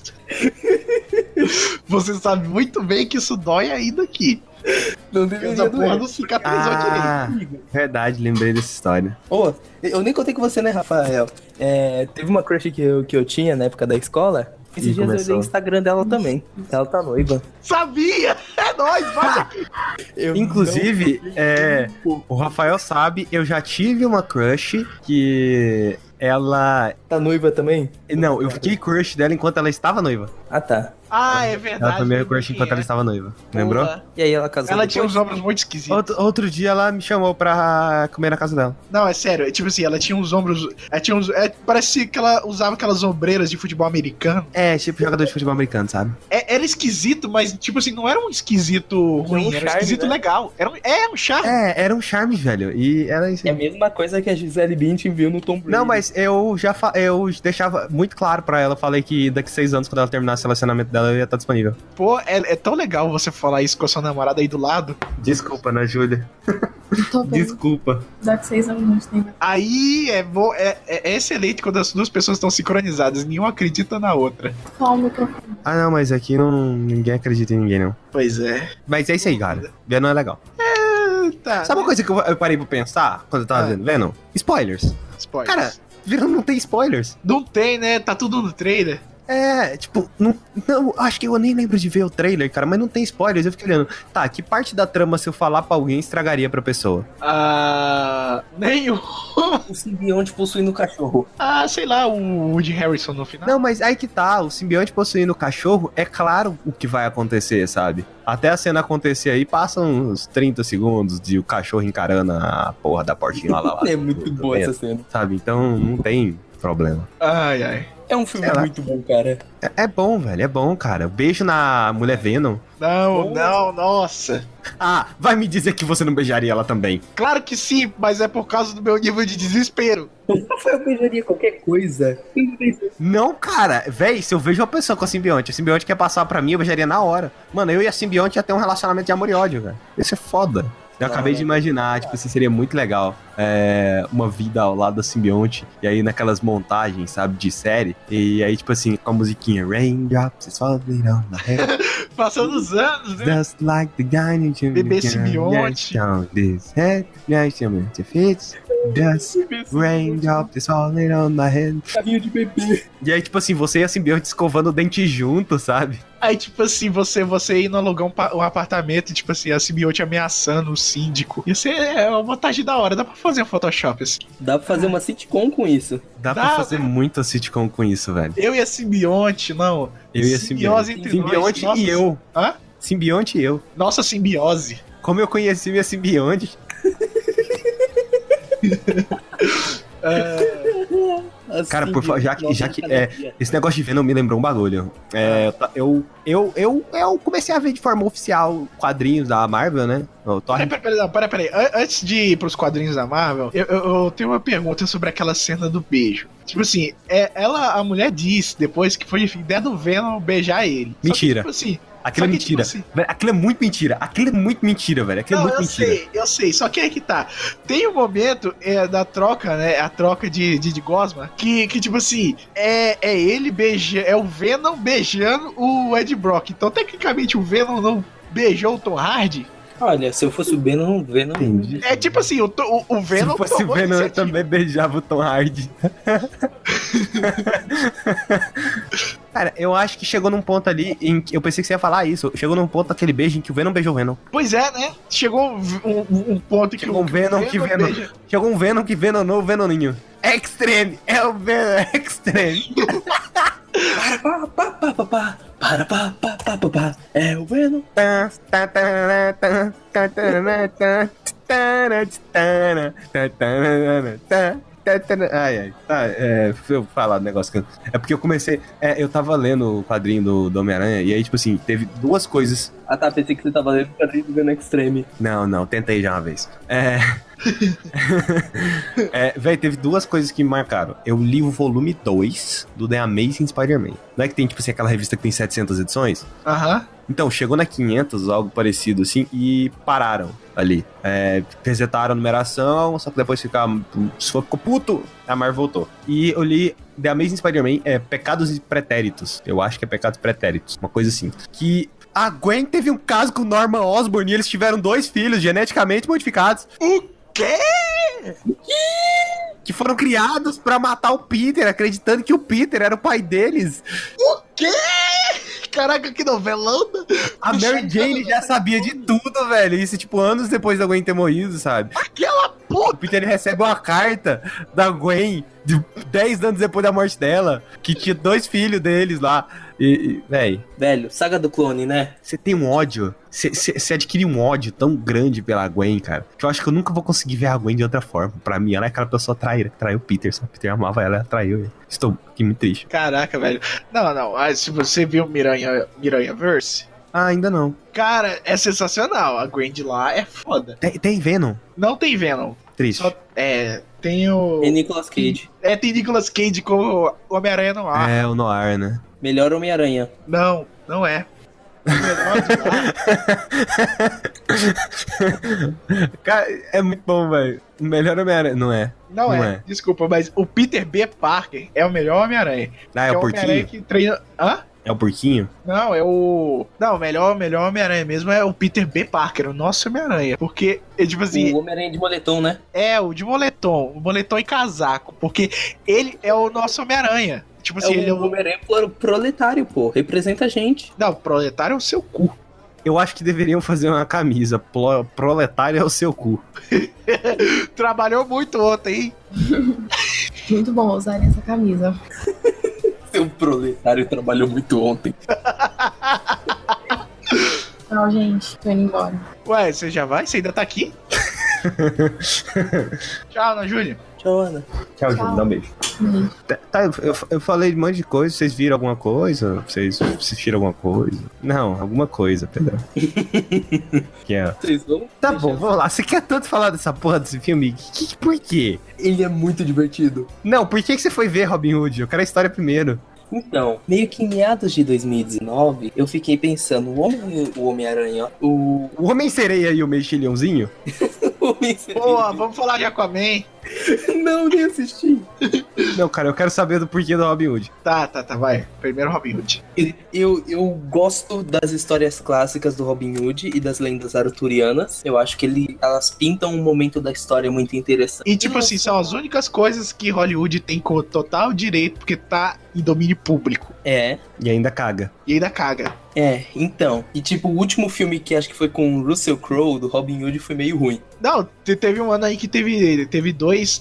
Você sabe muito bem que isso dói ainda aqui. Não Essa deveria porra doer. não cicatrizou direito. Ah, verdade, lembrei dessa história. Ô, eu nem contei com você, né, Rafael? Teve uma crush que eu tinha na época da escola. Esses dias eu começou. olhei o Instagram dela também. Ela tá noiva. Sabia! É nóis, vai aqui! Inclusive, o Rafael sabe, eu já tive uma crush que ela... Tá noiva também? Não, eu fiquei crush dela enquanto ela estava noiva. Ah, tá. Ah, é verdade. Ela foi minha crush enquanto ela estava noiva. Lembrou? Porra. E aí ela casou Ela tinha depois? uns ombros muito esquisitos. Outro dia ela me chamou pra comer na casa dela. Não, é sério. É tipo assim, ela tinha uns ombros. Parece que ela usava aquelas ombreiras de futebol americano. É, tipo jogador de futebol americano, sabe? Era esquisito, mas, tipo assim, não era um esquisito ruim, era um charme, esquisito né? legal. Era um charme. Era um charme, velho. E era isso É a aí. mesma coisa que a Gisele Bündchen viu no Tom Brady. Não, mas eu deixava muito claro pra ela. Falei que daqui 6 anos, quando ela terminasse o relacionamento dela, eu ia estar disponível. Pô, é tão legal você falar isso com a sua namorada aí do lado. Desculpa, né, Júlia? Tô bem. Desculpa. Dá que 6 anos, né? Aí é excelente quando as duas pessoas estão sincronizadas, nenhuma acredita na outra. Só o microfone. Ah, não, mas aqui ninguém acredita em ninguém, não. Pois é. Mas é isso aí, cara. Venom é legal. Tá. Sabe uma coisa que eu parei pra pensar quando eu tava vendo Venom? Spoilers. Spoilers. Cara, Venom não tem spoilers. Não tem, né? Tá tudo no trailer. É, tipo, não, acho que eu nem lembro de ver o trailer, cara, mas não tem spoilers. Eu fiquei olhando, tá, que parte da trama, se eu falar pra alguém, estragaria pra pessoa? Nenhum. O simbionte possuindo o cachorro. Sei lá, o Woody Harrison no final. Não, mas aí que tá, o simbionte possuindo o cachorro, é claro o que vai acontecer, sabe? Até a cena acontecer aí, passam uns 30 segundos de o cachorro encarando a porra da portinha lá. É muito boa essa cena. Sabe, então não tem problema. Ai. É um filme Sei lá. muito bom, cara. É bom, velho, é bom, cara. Beijo na mulher Venom. Não, nossa. Ah, vai me dizer que você não beijaria ela também. Claro que sim, mas é por causa do meu nível de desespero. Eu beijaria qualquer coisa. Não, cara, véi, se eu vejo uma pessoa com a simbionte quer passar pra mim, eu beijaria na hora. Mano, eu e a simbionte ia ter um relacionamento de amor e ódio, velho. Isso é foda. Eu acabei de imaginar, tipo assim, seria muito legal uma vida ao lado da simbionte, e aí naquelas montagens, sabe, de série, e aí, tipo assim, com a musiquinha Raindrops is falling on my head. Passando os anos, né? Just like the guy in Bebê simbionte. This head, fits. Dust, raindrops is falling on my head. Carrinho de bebê. E aí, tipo assim, você e a simbionte escovando o dente junto, sabe? Aí, tipo assim, você indo alugar um apartamento, tipo assim, a simbionte ameaçando o síndico. Isso é uma montagem da hora, dá pra fazer um Photoshop assim. Dá pra fazer uma sitcom com isso. Dá pra fazer muita sitcom com isso, velho. Eu e a simbionte, não. Eu e a simbionte. Entre simbionte nós. e eu. Hã? Simbionte e eu. Nossa simbiose. Como eu conheci minha simbionte. Cara, por favor, já que esse negócio de Venom me lembrou um bagulho. Eu comecei a ver de forma oficial quadrinhos da Marvel, né? Peraí. Antes de ir pros quadrinhos da Marvel, eu tenho uma pergunta sobre aquela cena do beijo. Tipo assim, a mulher disse depois que foi ideia do Venom beijar ele. Mentira. Só que, tipo assim, aquilo é mentira. Tipo assim, velho, aquilo é muito mentira. Aquilo é muito mentira, velho. Aquilo é muito mentira. Eu sei. Só que é que tá. Tem um momento da troca, né? A troca de Gosma. Que tipo assim, é ele beijando. É o Venom beijando o Ed Brock. Então, tecnicamente, o Venom não beijou o Tom Hardy. Olha, se eu fosse o Venom, Entendi. É tipo assim, o Venom. Se fosse o Venom, eu também beijava o Tom Hardy. Cara, eu acho que chegou num ponto ali em que eu pensei que você ia falar isso. Chegou num ponto daquele beijo em que o Venom beijou o Venom. Pois é, né? Chegou um ponto em que Chegou um Venom que Venom. Chegou um Venom que Venonou o Venoninho. Extreme! É o Venom Extreme! Para. É o Venom. Ai, tá, deixa eu falar do negócio que é porque eu comecei, eu tava lendo o quadrinho do Homem-Aranha, e aí, tipo assim, teve duas coisas. Ah tá, pensei que você tava lendo o quadrinho do Venom Extreme. Não, tentei já uma vez. Véi, teve duas coisas que me marcaram. Eu li o volume 2 do The Amazing Spider-Man. Não é que tem, tipo assim, aquela revista que tem 700 edições? Aham. Então, chegou na 500, algo parecido assim, e pararam ali. Resetaram a numeração, só que depois ficou puto, a Marvel voltou. E eu li The Amazing Spider-Man, Pecados e Pretéritos. Eu acho que é Pecados e Pretéritos, uma coisa assim. Que a Gwen teve um caso com o Norman Osborn e eles tiveram 2 filhos geneticamente modificados. O quê? Que foram criados pra matar o Peter, acreditando que o Peter era o pai deles. O quê? Caraca, que novelona! A Mary Jane já sabia de tudo, velho. Isso, tipo, anos depois da Gwen ter morrido, sabe? Aquela puta! O Peter ele recebe uma carta da Gwen de 10 anos depois da morte dela, que tinha 2 filhos deles lá. Velho, saga do clone, né? Você tem um ódio, você adquire um ódio tão grande pela Gwen, cara, que eu acho que eu nunca vou conseguir ver a Gwen de outra forma. Pra mim, ela é aquela pessoa traíra, que traiu o Peter, só o Peter amava ela traiu ele. Estou aqui muito triste. Caraca, velho. Não. Se você viu Miranha-Verse... Ah, ainda não. Cara, é sensacional. A Gwen de lá é foda. Tem Venom? Não tem Venom. Triste. Tem o... Tem Nicolas Cage. Tem Nicolas Cage com o Homem-Aranha no ar. O Noir, né? Melhor Homem-Aranha. Não é. Menor de idade. Cara, é muito bom, velho. O melhor Homem-Aranha. Não é. Não é. Desculpa, mas o Peter B. Parker é o melhor Homem-Aranha. Ah, é o Homem-Aranha porquinho? que treina... Hã? É o porquinho? Não, é o... Não, o melhor Homem-Aranha mesmo é o Peter B. Parker, o nosso Homem-Aranha. Porque, tipo assim... O Homem-Aranha de moletom, né? É, o de moletom. O moletom e casaco. Porque ele é o nosso Homem-Aranha. Tipo assim, ele é o Homem-Aranha proletário, pô. Representa a gente. Não, proletário é o seu cu. Eu acho que deveriam fazer uma camisa. Proletário é o seu cu. Trabalhou muito ontem, hein? Muito bom usarem essa camisa. Seu proletário trabalhou muito ontem. Tchau, gente. Tô indo embora. Ué, você já vai? Você ainda tá aqui? Tchau, Ana Júlia. Tchau, Ana. Tchau, Júlio. Dá um beijo. Beijo. Tá, eu falei um monte de coisa. Vocês viram alguma coisa? Vocês assistiram alguma coisa? Não, alguma coisa, Pedro. Que é... Vocês vão? Tá bom, vamos lá. Você quer tanto falar dessa porra desse filme? Por quê? Ele é muito divertido. Não, por que você foi ver Robin Hood? Eu quero a história primeiro. Então, meio que em meados de 2019, eu fiquei pensando, o Homem-Aranha, O Homem-Sereia e o Mexilhãozinho? Boa, vamos falar de Aquaman. Não, nem assisti. Não, cara, eu quero saber do porquê do Robin Hood. Tá, vai. Primeiro Robin Hood. Eu gosto das histórias clássicas do Robin Hood e das lendas arturianas. Eu acho que elas pintam um momento da história muito interessante. E tipo assim, são as únicas coisas que Hollywood tem com total direito, porque tá em domínio público. É. E ainda caga. E ainda caga. É, então. E tipo, o último filme que acho que foi com o Russell Crowe, do Robin Hood, foi meio ruim. Não, teve um ano aí que teve dois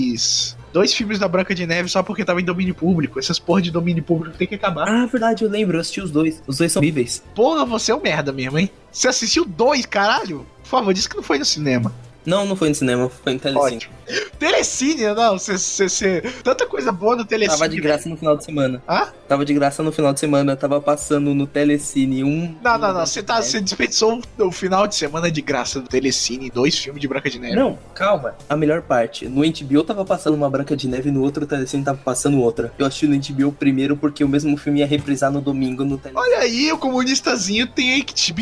filmes da Branca de Neve só porque tava em domínio público. Essas porra de domínio público tem que acabar. Ah, verdade, eu lembro, eu assisti os dois. Os dois são horríveis. Porra, você é um merda mesmo, hein? Você assistiu dois, caralho? Por favor, diz que não foi no cinema. Não foi no cinema, foi no Telecine. Ótimo. Telecine, não, tanta coisa boa no Telecine. Tava de graça no final de semana. Hã? Tava de graça no final de semana, tava passando no Telecine Não, você desperdiçou o final de semana de graça do Telecine, 2 filmes de Branca de Neve. Não, calma. A melhor parte, no HBO tava passando uma Branca de Neve e no outro Telecine tava passando outra. Eu assisti no HBO primeiro porque o mesmo filme ia reprisar no domingo no Telecine. Olha aí, o comunistazinho tem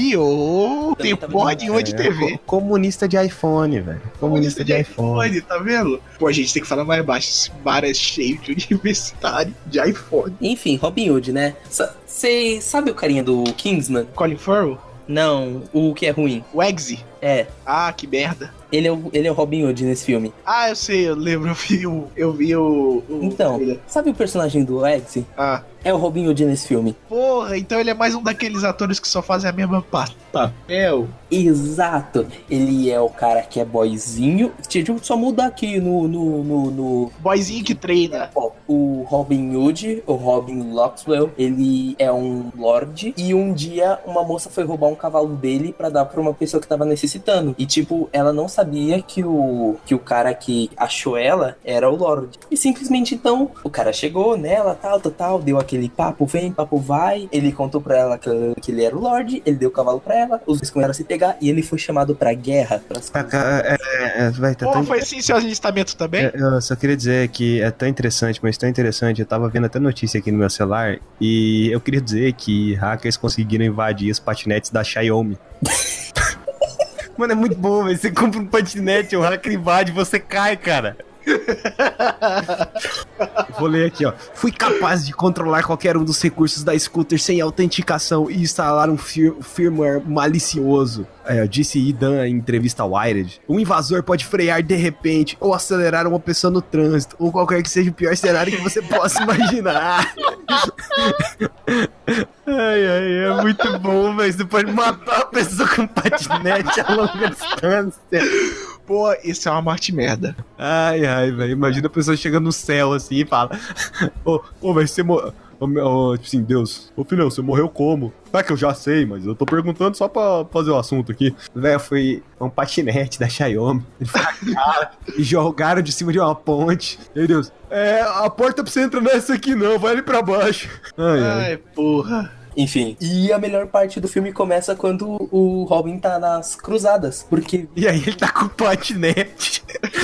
HBO, tem porra nenhuma de TV. Comunista de iPhone, velho. Comunista de iPhone, tá vendo? Pô, a gente tem que falar mais baixo. Esse bar é cheio de universitário de iPhone. Enfim, Robin Hood, né? Você sabe o carinha do Kingsman? Colin Farrell? Não, o que é ruim. O Eggsy? É. Ah, que merda. Ele é o Robin Hood nesse filme. Ah, eu sei, eu lembro, eu vi o Então, sabe o personagem do Eggsy? Ah. É o Robin Hood nesse filme. Porra, então ele é mais um daqueles atores que só fazem a mesma papel. Exato. Ele é o cara que é boyzinho. Deixa eu só mudar aqui no... Boyzinho que treina. Ó, o Robin Hood, o Robin Loxwell, ele é um lord. E um dia uma moça foi roubar um cavalo dele pra dar pra uma pessoa que tava necessitando. E tipo, ela não sabia que o cara que achou ela era o lord. E simplesmente então, o cara chegou nela, tal, deu aquele papo vem, papo vai. Ele contou pra ela que ele era o lord, ele deu o cavalo pra ela, os dois começaram a se pegar e ele foi chamado pra guerra. Foi assim seu alistamento também? Eu só queria dizer que é tão interessante, mas tão interessante. Eu tava vendo até notícia aqui no meu celular e eu queria dizer que hackers conseguiram invadir os patinetes da Xiaomi. Mano, é muito bom, velho. Você compra um patinete, o hacker invade, você cai, cara. Vou ler aqui, ó. Fui capaz de controlar qualquer um dos recursos da scooter sem autenticação e instalar um firmware malicioso. Disse Idan em entrevista ao Wired. Um invasor pode frear de repente ou acelerar uma pessoa no trânsito, ou qualquer que seja o pior cenário que você possa imaginar. É muito bom, velho. Você pode matar a pessoa com patinete a longa distância. Pô, isso é uma morte merda. Velho. Imagina a pessoa chegando no céu assim e fala: velho, você morreu. Tipo assim, Deus, filhão, você morreu como? É que eu já sei, mas eu tô perguntando só pra fazer o assunto aqui. Velho, foi um patinete da Xiaomi. E jogaram de cima de uma ponte. Meu Deus, a porta pra você entrar nessa aqui não, vai ali pra baixo. Ai, porra. Enfim. E a melhor parte do filme começa quando o Robin tá nas cruzadas. Porque. E aí ele tá com o patinete.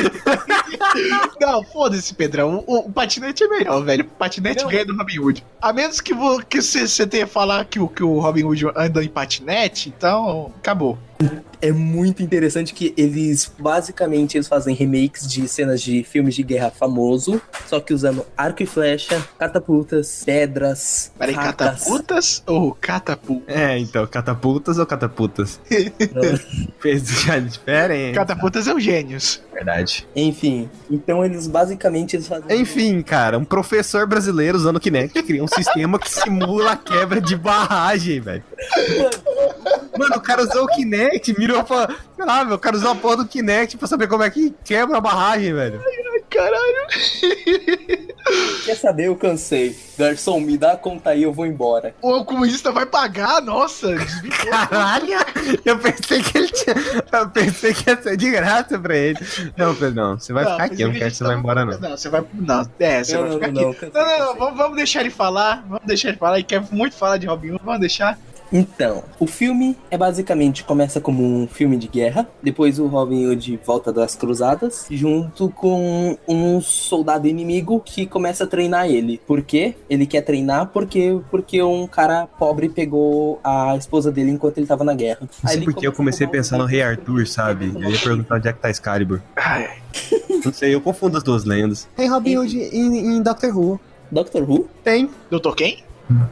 Não, foda-se, Pedrão. O patinete é melhor, velho. O patinete ganha do Robin Hood. A menos que você tenha falar que o Robin Hood anda em patinete, então acabou. É muito interessante que eles fazem remakes de cenas de filmes de guerra famoso, só que usando arco e flecha, catapultas, pedras. Peraí, catapultas ou catapultas? Então, catapultas ou catapultas? Fez já diferente. Catapultas é o gênios. Verdade. Enfim, então eles fazem. Enfim, cara, um professor brasileiro usando o Kinect cria um sistema que simula a quebra de barragem, velho. Mano, o cara usou o Kinect, mirou pra. Sei lá, meu, o cara usou a porra do Kinect pra saber como é que quebra a barragem, velho. Ai, caralho. Quer saber? Eu cansei. Garçom, me dá a conta aí, eu vou embora. O comunista vai pagar? Nossa, desviou. Caralho! Eu pensei que ia ser de graça pra ele. Não, Pedro, não. Você vai ficar aqui, eu não quero que você vá embora, não. Não, você vai. Não, você vai ficar aqui. Não, vamos deixar ele falar. Vamos deixar ele falar. Ele quer muito falar de Robin Hood. Vamos deixar. Então, o filme começa como um filme de guerra, depois o Robin Hood volta das cruzadas, junto com um soldado inimigo que começa a treinar ele. Por quê? Ele quer treinar porque um cara pobre pegou a esposa dele enquanto ele tava na guerra. Não sei porque eu comecei a pensar no Rei Arthur, sabe? Eu ia perguntar onde é que tá Excalibur. Não sei, eu confundo as duas lendas. Tem Robin Hood em Doctor Who. Doctor Who? Tem. Doutor quem?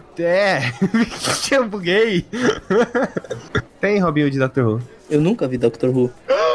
Eu buguei. Tem Robin Hood de Doctor Who. Eu nunca vi Doctor Who.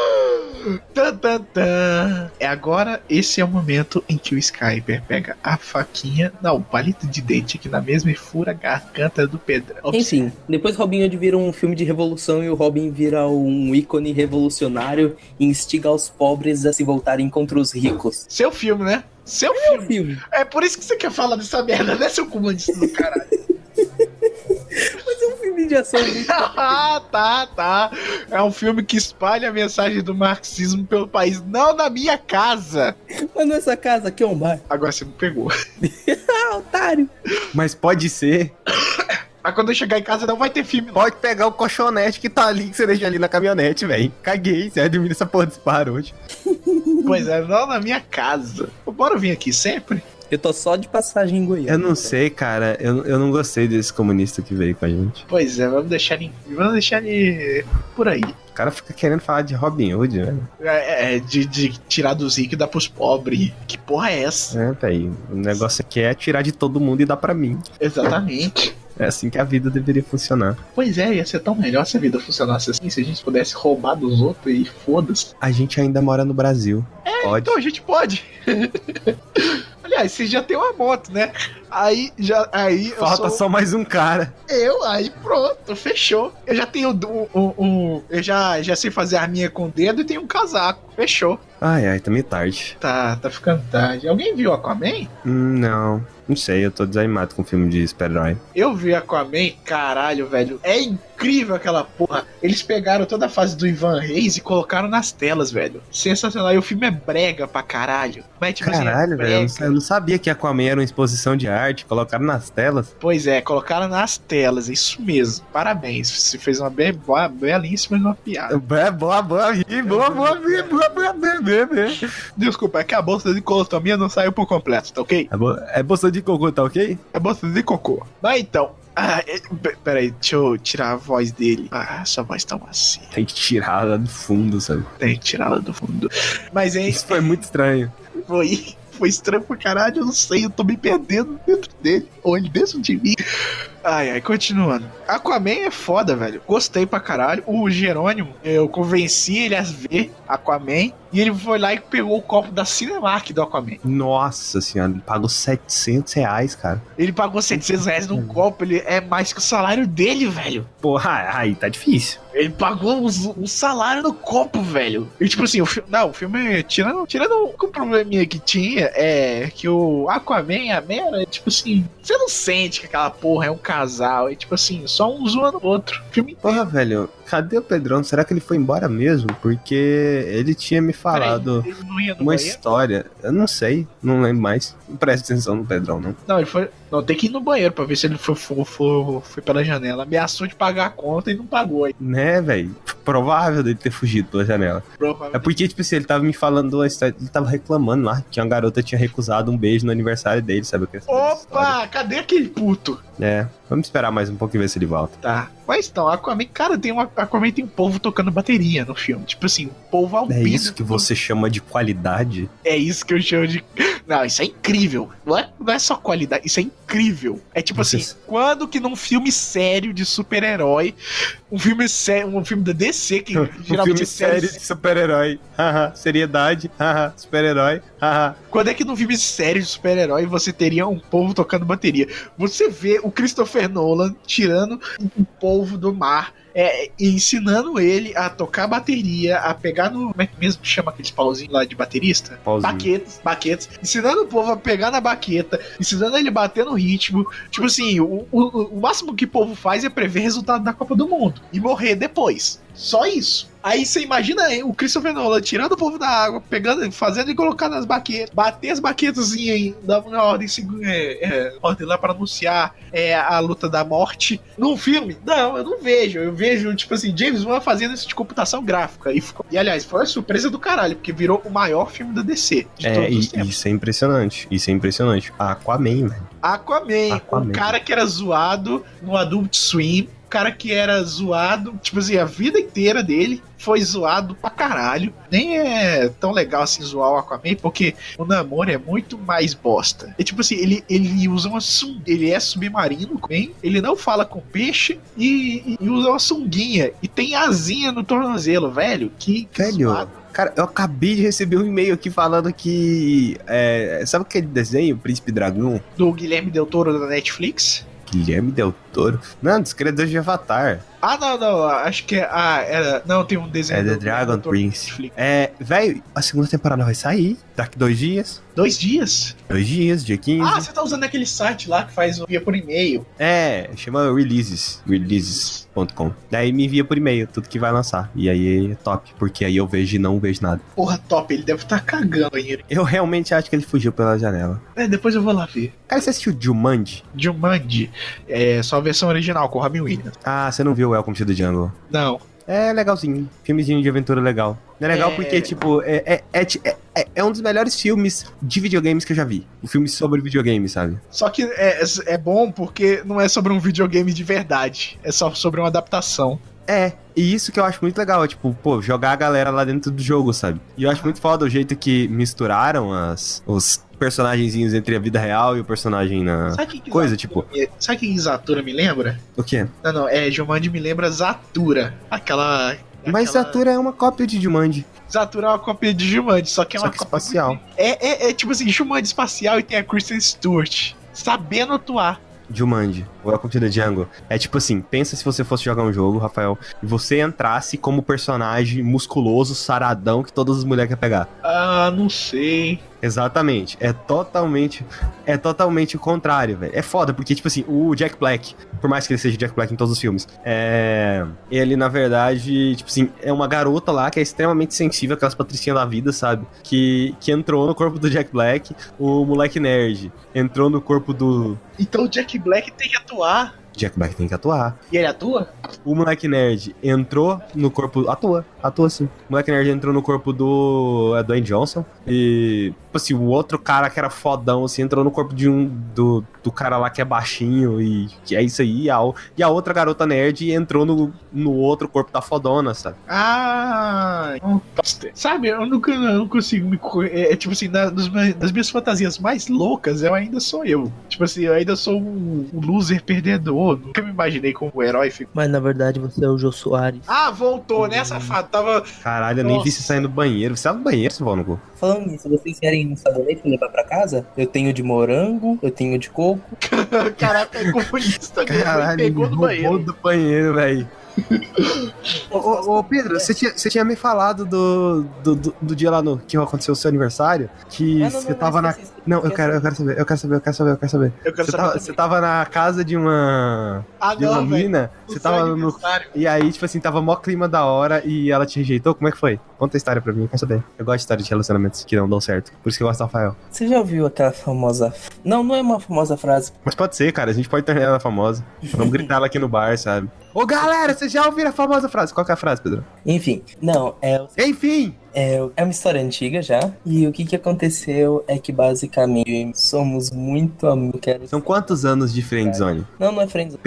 Agora, esse é o momento em que o Skyper pega a faquinha, não, o palito de dente aqui na mesma e fura a garganta do Pedrão. Enfim, depois Robin Hood vira um filme de revolução e o Robin vira um ícone revolucionário e instiga os pobres a se voltarem contra os ricos. Seu filme, né? Seu filme. É por isso que você quer falar dessa merda, né, seu comunista do caralho? Mas é um filme de ação muito... tá. É um filme que espalha a mensagem do marxismo pelo país, não na minha casa. Mas nessa casa aqui é um bar. Agora você me pegou. Otário. Mas pode ser. Mas quando eu chegar em casa não vai ter filme. Pode pegar o colchonete que tá ali, que você deixa ali na caminhonete, velho. Caguei, você vai dormir nessa porra desse bar hoje. Pois é, não na minha casa. Bora vir aqui sempre? Eu tô só de passagem em Goiânia. Eu não sei, cara. Eu não gostei desse comunista que veio com a gente. Pois é, vamos deixar ele por aí. O cara fica querendo falar de Robin Hood, velho. De tirar dos ricos e dar pros pobres. Que porra é essa? Velho. O negócio aqui é tirar de todo mundo e dar pra mim. Exatamente. É assim que a vida deveria funcionar. Pois é, ia ser tão melhor se a vida funcionasse assim, se a gente pudesse roubar dos outros e foda-se. A gente ainda mora no Brasil. Pode. Então a gente pode. Aliás, você já tem uma moto, né? Aí Falta só mais um cara. Aí pronto, fechou. Eu já tenho eu já sei fazer a arminha com o dedo e tenho um casaco. Fechou. Ai, tá meio tarde. Tá ficando tarde. Alguém viu Aquaman? Não sei, eu tô desanimado com o filme de super-herói. Eu vi Aquaman, caralho, velho. É incrível aquela porra. Eles pegaram toda a fase do Ivan Reis e colocaram nas telas, velho. Sensacional. E o filme é brega pra caralho. Mas, tipo caralho, assim, velho. Eu não sabia que Aquaman era uma exposição de arte. Colocaram nas telas. Pois é, colocaram nas telas. Isso mesmo. Parabéns. Você fez uma belíssima piada. Boa. Desculpa, é que a bolsa de colostomia não saiu por completo, tá ok? É bolsa de cocô, tá ok? É bolsa de cocô. Mas então... peraí, deixa eu tirar a voz dele. Essa voz tá macia. Tem que tirar ela do fundo, sabe? Tem que tirar ela do fundo. Mas isso foi muito estranho. Foi estranho pra caralho, eu não sei, eu tô me perdendo dentro dele, ou ele dentro de mim. Continuando. Aquaman é foda, velho. Gostei pra caralho. O Jerônimo, eu convenci ele a ver Aquaman, e ele foi lá e pegou o copo da Cinemark do Aquaman. Nossa senhora, ele pagou R$700, cara. Ele pagou R$700 num copo, ele é mais que o salário dele, velho. Porra, aí tá difícil. Ele pagou um salário no copo, velho. E tipo assim, o filme, tirando o probleminha que tinha, é que o Aquaman, a Mera, tipo assim, você não sente que aquela porra é um cara casal. E tipo assim, só um zoando o outro. Filme inteiro. Porra, velho, cadê o Pedrão? Será que ele foi embora mesmo? Porque ele tinha me falado Peraí, ele não ia no uma banheiro? história. Eu não sei, não lembro mais. Não presta atenção no Pedrão, não. Não, ele foi. Não, tem que ir no banheiro pra ver se ele foi pela janela. Ameaçou de pagar a conta e não pagou aí. Né, velho? Provável dele ter fugido pela janela. É porque, tipo assim, ele tava me falando uma história, ele tava reclamando lá que uma garota tinha recusado um beijo no aniversário dele, sabe? Opa, cadê aquele puto? É, vamos esperar mais um pouco e ver se ele volta. Tá. Mas então, Aquaman, cara, Aquaman tem um povo tocando bateria no filme. Tipo assim, um povo albino. É isso que você chama de qualidade? É isso que eu chamo de... Não, isso é incrível. Não é só qualidade, isso é incrível. É tipo assim, quando que num filme sério de super-herói, um filme da DC, que geralmente um filme sério de super-herói, seriedade, super-herói, quando é que num filme sério de super-herói você teria um povo tocando bateria? Você vê o Christopher Nolan tirando um povo do mar, e ensinando ele a tocar bateria, a pegar no... Como é que mesmo chama aqueles pauzinhos lá de baterista? Pauzinho. Baquetas. Ensinando o povo a pegar na baqueta, ensinando ele a bater no ritmo. Tipo assim, o máximo que o povo faz é prever resultado da Copa do Mundo e morrer depois. Só isso. Aí você imagina o Christopher Nolan tirando o povo da água, pegando, fazendo e colocar nas baquetas, bater as baquetas e dar uma ordem lá pra anunciar a luta da morte. Num filme? Não, eu não vejo. Eu vejo, tipo assim, James Wan fazendo isso de computação gráfica. E aliás, foi uma surpresa do caralho, porque virou o maior filme da DC de todos os tempos. Isso é impressionante. Isso é impressionante. Aquaman, velho. Aquaman, o cara que era zoado no Adult Swim, o cara que era zoado, tipo assim, a vida inteira dele foi zoado pra caralho. Nem é tão legal assim zoar o Aquaman, porque o Namor é muito mais bosta. É tipo assim, ele usa uma ele é submarino, ele não fala com peixe e usa uma sunguinha e tem asinha no tornozelo, velho. Velho, zoado. Cara, eu acabei de receber um e-mail aqui falando que... sabe aquele desenho, Príncipe Dragão? Do Guilherme Del Toro da Netflix? Guilherme Del Toro? Não, dos criadores de Avatar. Ah, não, acho que era... Não, tem um desenho... É The Dragon Prince. Velho, a segunda temporada vai sair daqui 2 dias. 2 dias? 2 dias, dia 15. Ah, você tá usando aquele site lá que faz o envia por e-mail. Chama releases.com. Daí me envia por e-mail tudo que vai lançar. E aí é top, porque aí eu vejo e não vejo nada. Porra, top, ele deve estar cagando aí. Eu realmente acho que ele fugiu pela janela. Depois eu vou lá ver. Cara, você assistiu Jumanji? Jumanji, só a versão original, com o Robin Williams. Ah, você não viu Welcome to the Jungle? Não. É legalzinho, filmezinho de aventura legal. É legal porque, tipo, é um dos melhores filmes de videogames que eu já vi. Um filme sobre videogame, sabe? Só que é bom porque não é sobre um videogame de verdade. É só sobre uma adaptação. E isso que eu acho muito legal, tipo, jogar a galera lá dentro do jogo, sabe? E eu acho muito foda o jeito que misturaram os personagenzinhos entre a vida real e o personagem na coisa, tipo... Sabe que Zatura me lembra? O quê? Não, Jumanji me lembra Zatura. Mas Zatura é uma cópia de Jumanji. Zatura é uma cópia de Jumanji, só que é uma cópia espacial. É tipo assim, Jumanji espacial e tem a Kristen Stewart sabendo atuar. Jumanji, Welcome to the Jungle. É tipo assim, pensa se você fosse jogar um jogo, Rafael, e você entrasse como personagem musculoso, saradão, que todas as mulheres querem pegar. Ah, não sei. Exatamente. É totalmente o contrário, velho. É foda, porque, tipo assim, o Jack Black, por mais que ele seja Jack Black em todos os filmes, ele, na verdade, tipo assim, é uma garota lá que é extremamente sensível, aquelas patricinhas da vida, sabe? Que entrou no corpo do Jack Black, o moleque nerd entrou no corpo do... Então o Jack Black tem que atuar. Jack Black tem que atuar. E ele atua? O moleque nerd entrou no corpo... Atua sim. O moleque nerd entrou no corpo do Dwayne Johnson. E, tipo assim, o outro cara que era fodão, assim, entrou no corpo de do cara lá que é baixinho. E que é isso aí. E a outra garota nerd entrou no outro corpo da fodona, sabe? Ah... Sabe, eu não consigo me... tipo assim, nas minhas fantasias mais loucas, eu ainda sou eu. Tipo assim, eu ainda sou um loser perdedor. Nunca me imaginei como um herói. Mas na verdade você é o Jô Soares. Ah, voltou, né, safado? Tava... Caralho, eu nem vi você sair do banheiro. Você tá no banheiro, seu pau no cu. Falando nisso, vocês querem um sabonete pra levar pra casa? Eu tenho de morango, eu tenho de coco. Caraca, é comunista mesmo. Caralho, Pegou do banheiro. Do banheiro, velho. Ô, Pedro, você tinha me falado do dia lá no que aconteceu o seu aniversário, que você tava na... Não, eu quero saber. Você tava na casa de uma... de uma mina, você tava no... E aí, tipo assim, tava mó clima da hora e ela te rejeitou, como é que foi? Conta a história pra mim, eu quero saber. Eu gosto de história de relacionamentos que não dão certo, por isso que eu gosto do Rafael. Você já ouviu aquela famosa... Não é uma famosa frase. Mas pode ser, cara, a gente pode tornar ela famosa. Vamos gritar ela aqui no bar, sabe? Ô, galera, vocês já ouviram a famosa frase? Qual que é a frase, Pedro? Enfim, Enfim! É uma história antiga já. E o que aconteceu é que basicamente somos muito amigos. São quantos anos de friendzone? Não é friendzone.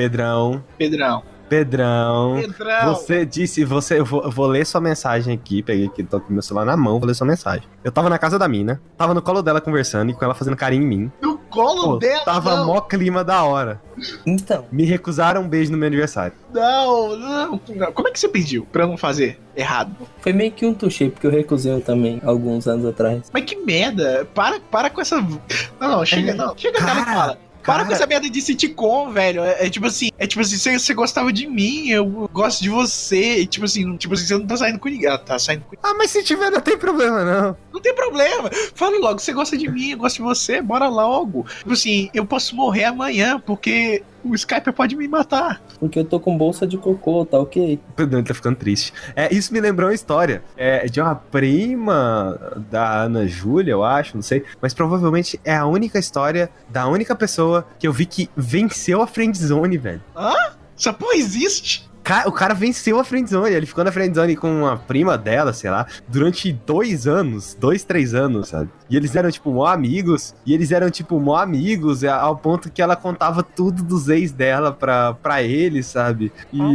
Pedrão, você disse, eu vou ler sua mensagem aqui, peguei aqui, tô com meu celular na mão, vou ler sua mensagem. Eu tava na casa da mina, tava no colo dela conversando e com ela fazendo carinho em mim. No colo dela? Tava mó clima da hora. Então. Me recusaram um beijo no meu aniversário. Não. Como é que você pediu pra eu não fazer errado? Foi meio que um touché, porque eu recusei também, alguns anos atrás. Mas que merda, para com essa... Não, chega, cara, e fala. Para com essa merda de sitcom, velho. É tipo assim, você gostava de mim, eu gosto de você. E tipo assim, você não tá saindo com ninguém. Ela tá saindo com... Ah, mas se tiver, não tem problema, não. Não tem problema. Fala logo, você gosta de mim, eu gosto de você, bora logo. Tipo assim, eu posso morrer amanhã, porque o Skype pode me matar. Porque eu tô com bolsa de cocô, tá ok? O Pedro tá ficando triste. Isso me lembrou uma história de uma prima da Ana Júlia, eu acho, não sei. Mas provavelmente é a única história da única pessoa que eu vi que venceu a friendzone, velho. Hã? Essa porra existe? O cara venceu a friendzone, ele ficou na friendzone com uma prima dela, sei lá, durante 2 anos, 2, 3 anos, sabe? E eles eram, tipo, mó amigos, ao ponto que ela contava tudo dos ex dela pra ele, sabe?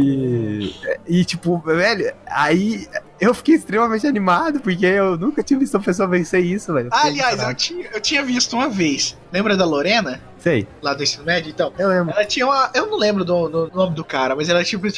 E tipo, velho, aí... Eu fiquei extremamente animado, porque eu nunca tinha visto uma pessoa vencer isso, velho. Aliás, eu tinha visto uma vez. Lembra da Lorena? Sei. Lá do ensino médio, então. Eu lembro. Ela tinha uma... Eu não lembro do nome do cara, mas ela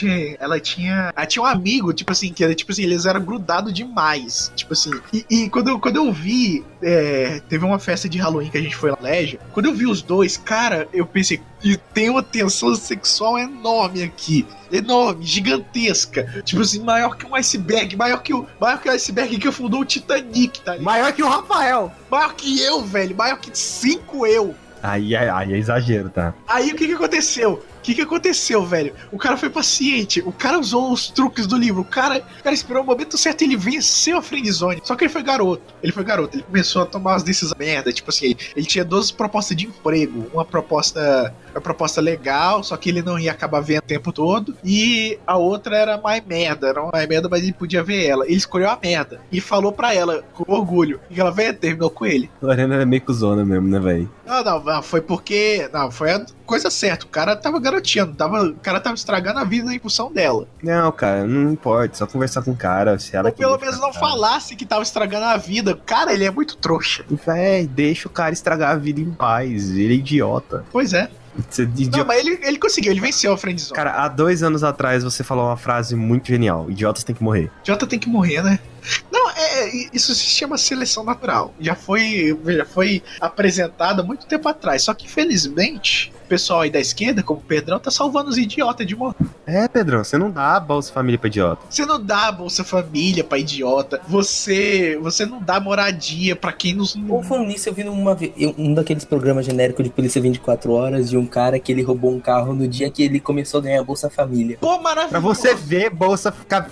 tinha um amigo, tipo assim, que era, tipo assim, eles eram grudados demais. Tipo assim. E quando eu vi... teve uma festa de Halloween que a gente foi no colégio. Quando eu vi os dois, cara, eu pensei... E tem uma tensão sexual enorme aqui. Enorme, gigantesca. Tipo assim, maior que um iceberg. Maior que o iceberg que afundou o Titanic, tá ligado? Maior que o Rafael. Maior que eu, velho. Maior que 5 eu. Aí é exagero, tá? Aí o que aconteceu? O que aconteceu, velho? O cara foi paciente, o cara usou os truques do livro, o cara esperou o momento certo e ele venceu a friendzone. Só que ele foi garoto, ele começou a tomar as decisões merda, tipo assim, ele tinha 2 propostas de emprego, uma proposta legal, só que ele não ia acabar vendo o tempo todo, e a outra era mais merda, mas ele podia ver ela. Ele escolheu a merda e falou pra ela, com orgulho, e ela veio terminou com ele. Lorena era meio cuzona mesmo, né, velho? Não, foi porque... Não, foi a coisa certa, o cara tava garoteando, o cara tava estragando a vida em função dela. Não, cara, não importa, só conversar com o cara, se ela... Ou pelo menos não falasse que tava estragando a vida. Cara, ele é muito trouxa. Véi, deixa o cara estragar a vida em paz, ele é idiota. Pois é. Não, mas ele conseguiu, ele venceu a friendzone. Cara, há 2 anos atrás você falou uma frase muito genial: idiotas têm que morrer. Idiota tem que morrer, né? Não, isso se chama seleção natural. Já foi apresentada há muito tempo atrás. Só que, infelizmente, o pessoal aí da esquerda, como o Pedrão, tá salvando os idiotas de morrer. Pedrão, você não dá Bolsa Família pra idiota. Você não dá Bolsa Família pra idiota. Você não dá moradia pra quem nos... Ou falando nisso, eu vi um daqueles programas genéricos de Polícia 24 Horas de um cara que ele roubou um carro no dia que ele começou a ganhar Bolsa Família. Pô, maravilhoso! Pra você ver, Bolsa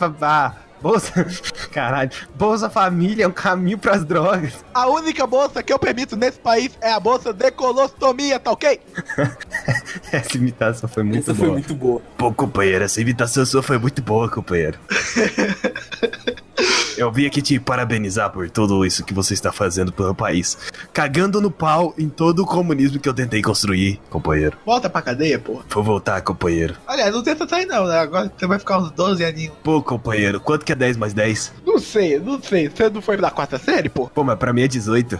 Família é um caminho pras drogas. A única bolsa que eu permito nesse país é a bolsa de colostomia, tá ok? Essa imitação foi muito boa. Foi muito boa. Pô, companheiro, essa imitação sua foi muito boa, companheiro. Eu vim aqui te parabenizar por tudo isso que você está fazendo pelo país. Cagando no pau em todo o comunismo que eu tentei construir, companheiro. Volta pra cadeia, pô. Vou voltar, companheiro. Aliás, não tenta sair não, né? Agora você vai ficar uns 12 aninhos. Pô, companheiro, quanto que é 10 mais 10? Não sei. Você não foi da 4ª série, pô? Pô, mas pra mim é 18.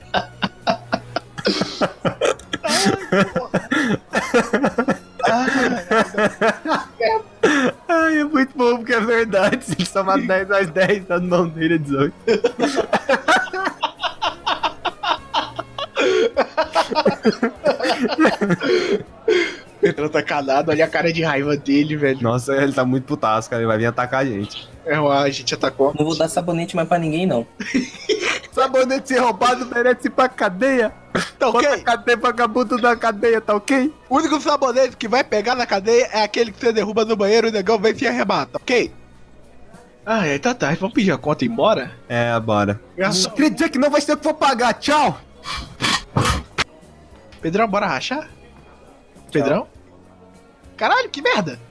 Ai, é muito bom porque é verdade. Se ele somar 10 mais 10, tá no nome dele é 18. Pedrão tá sacanado, olha a cara de raiva dele, velho. Nossa, ele tá muito putaço, cara. Ele vai vir atacar a gente. A gente atacou. Não vou dar sabonete mais pra ninguém, não. Sabonete ser roubado merece ir pra cadeia. Tá ok? Bota cadeia, vagabundo da cadeia, tá ok? O único sabonete que vai pegar na cadeia é aquele que você derruba no banheiro e o negão vem e se arrebata, ok? Ah, tá tarde. Vamos pedir a conta e ir embora? É, bora. Queria dizer que não vai ser eu que vou pagar. Tchau. Pedrão, bora rachar? Pedrão? Caralho, que merda!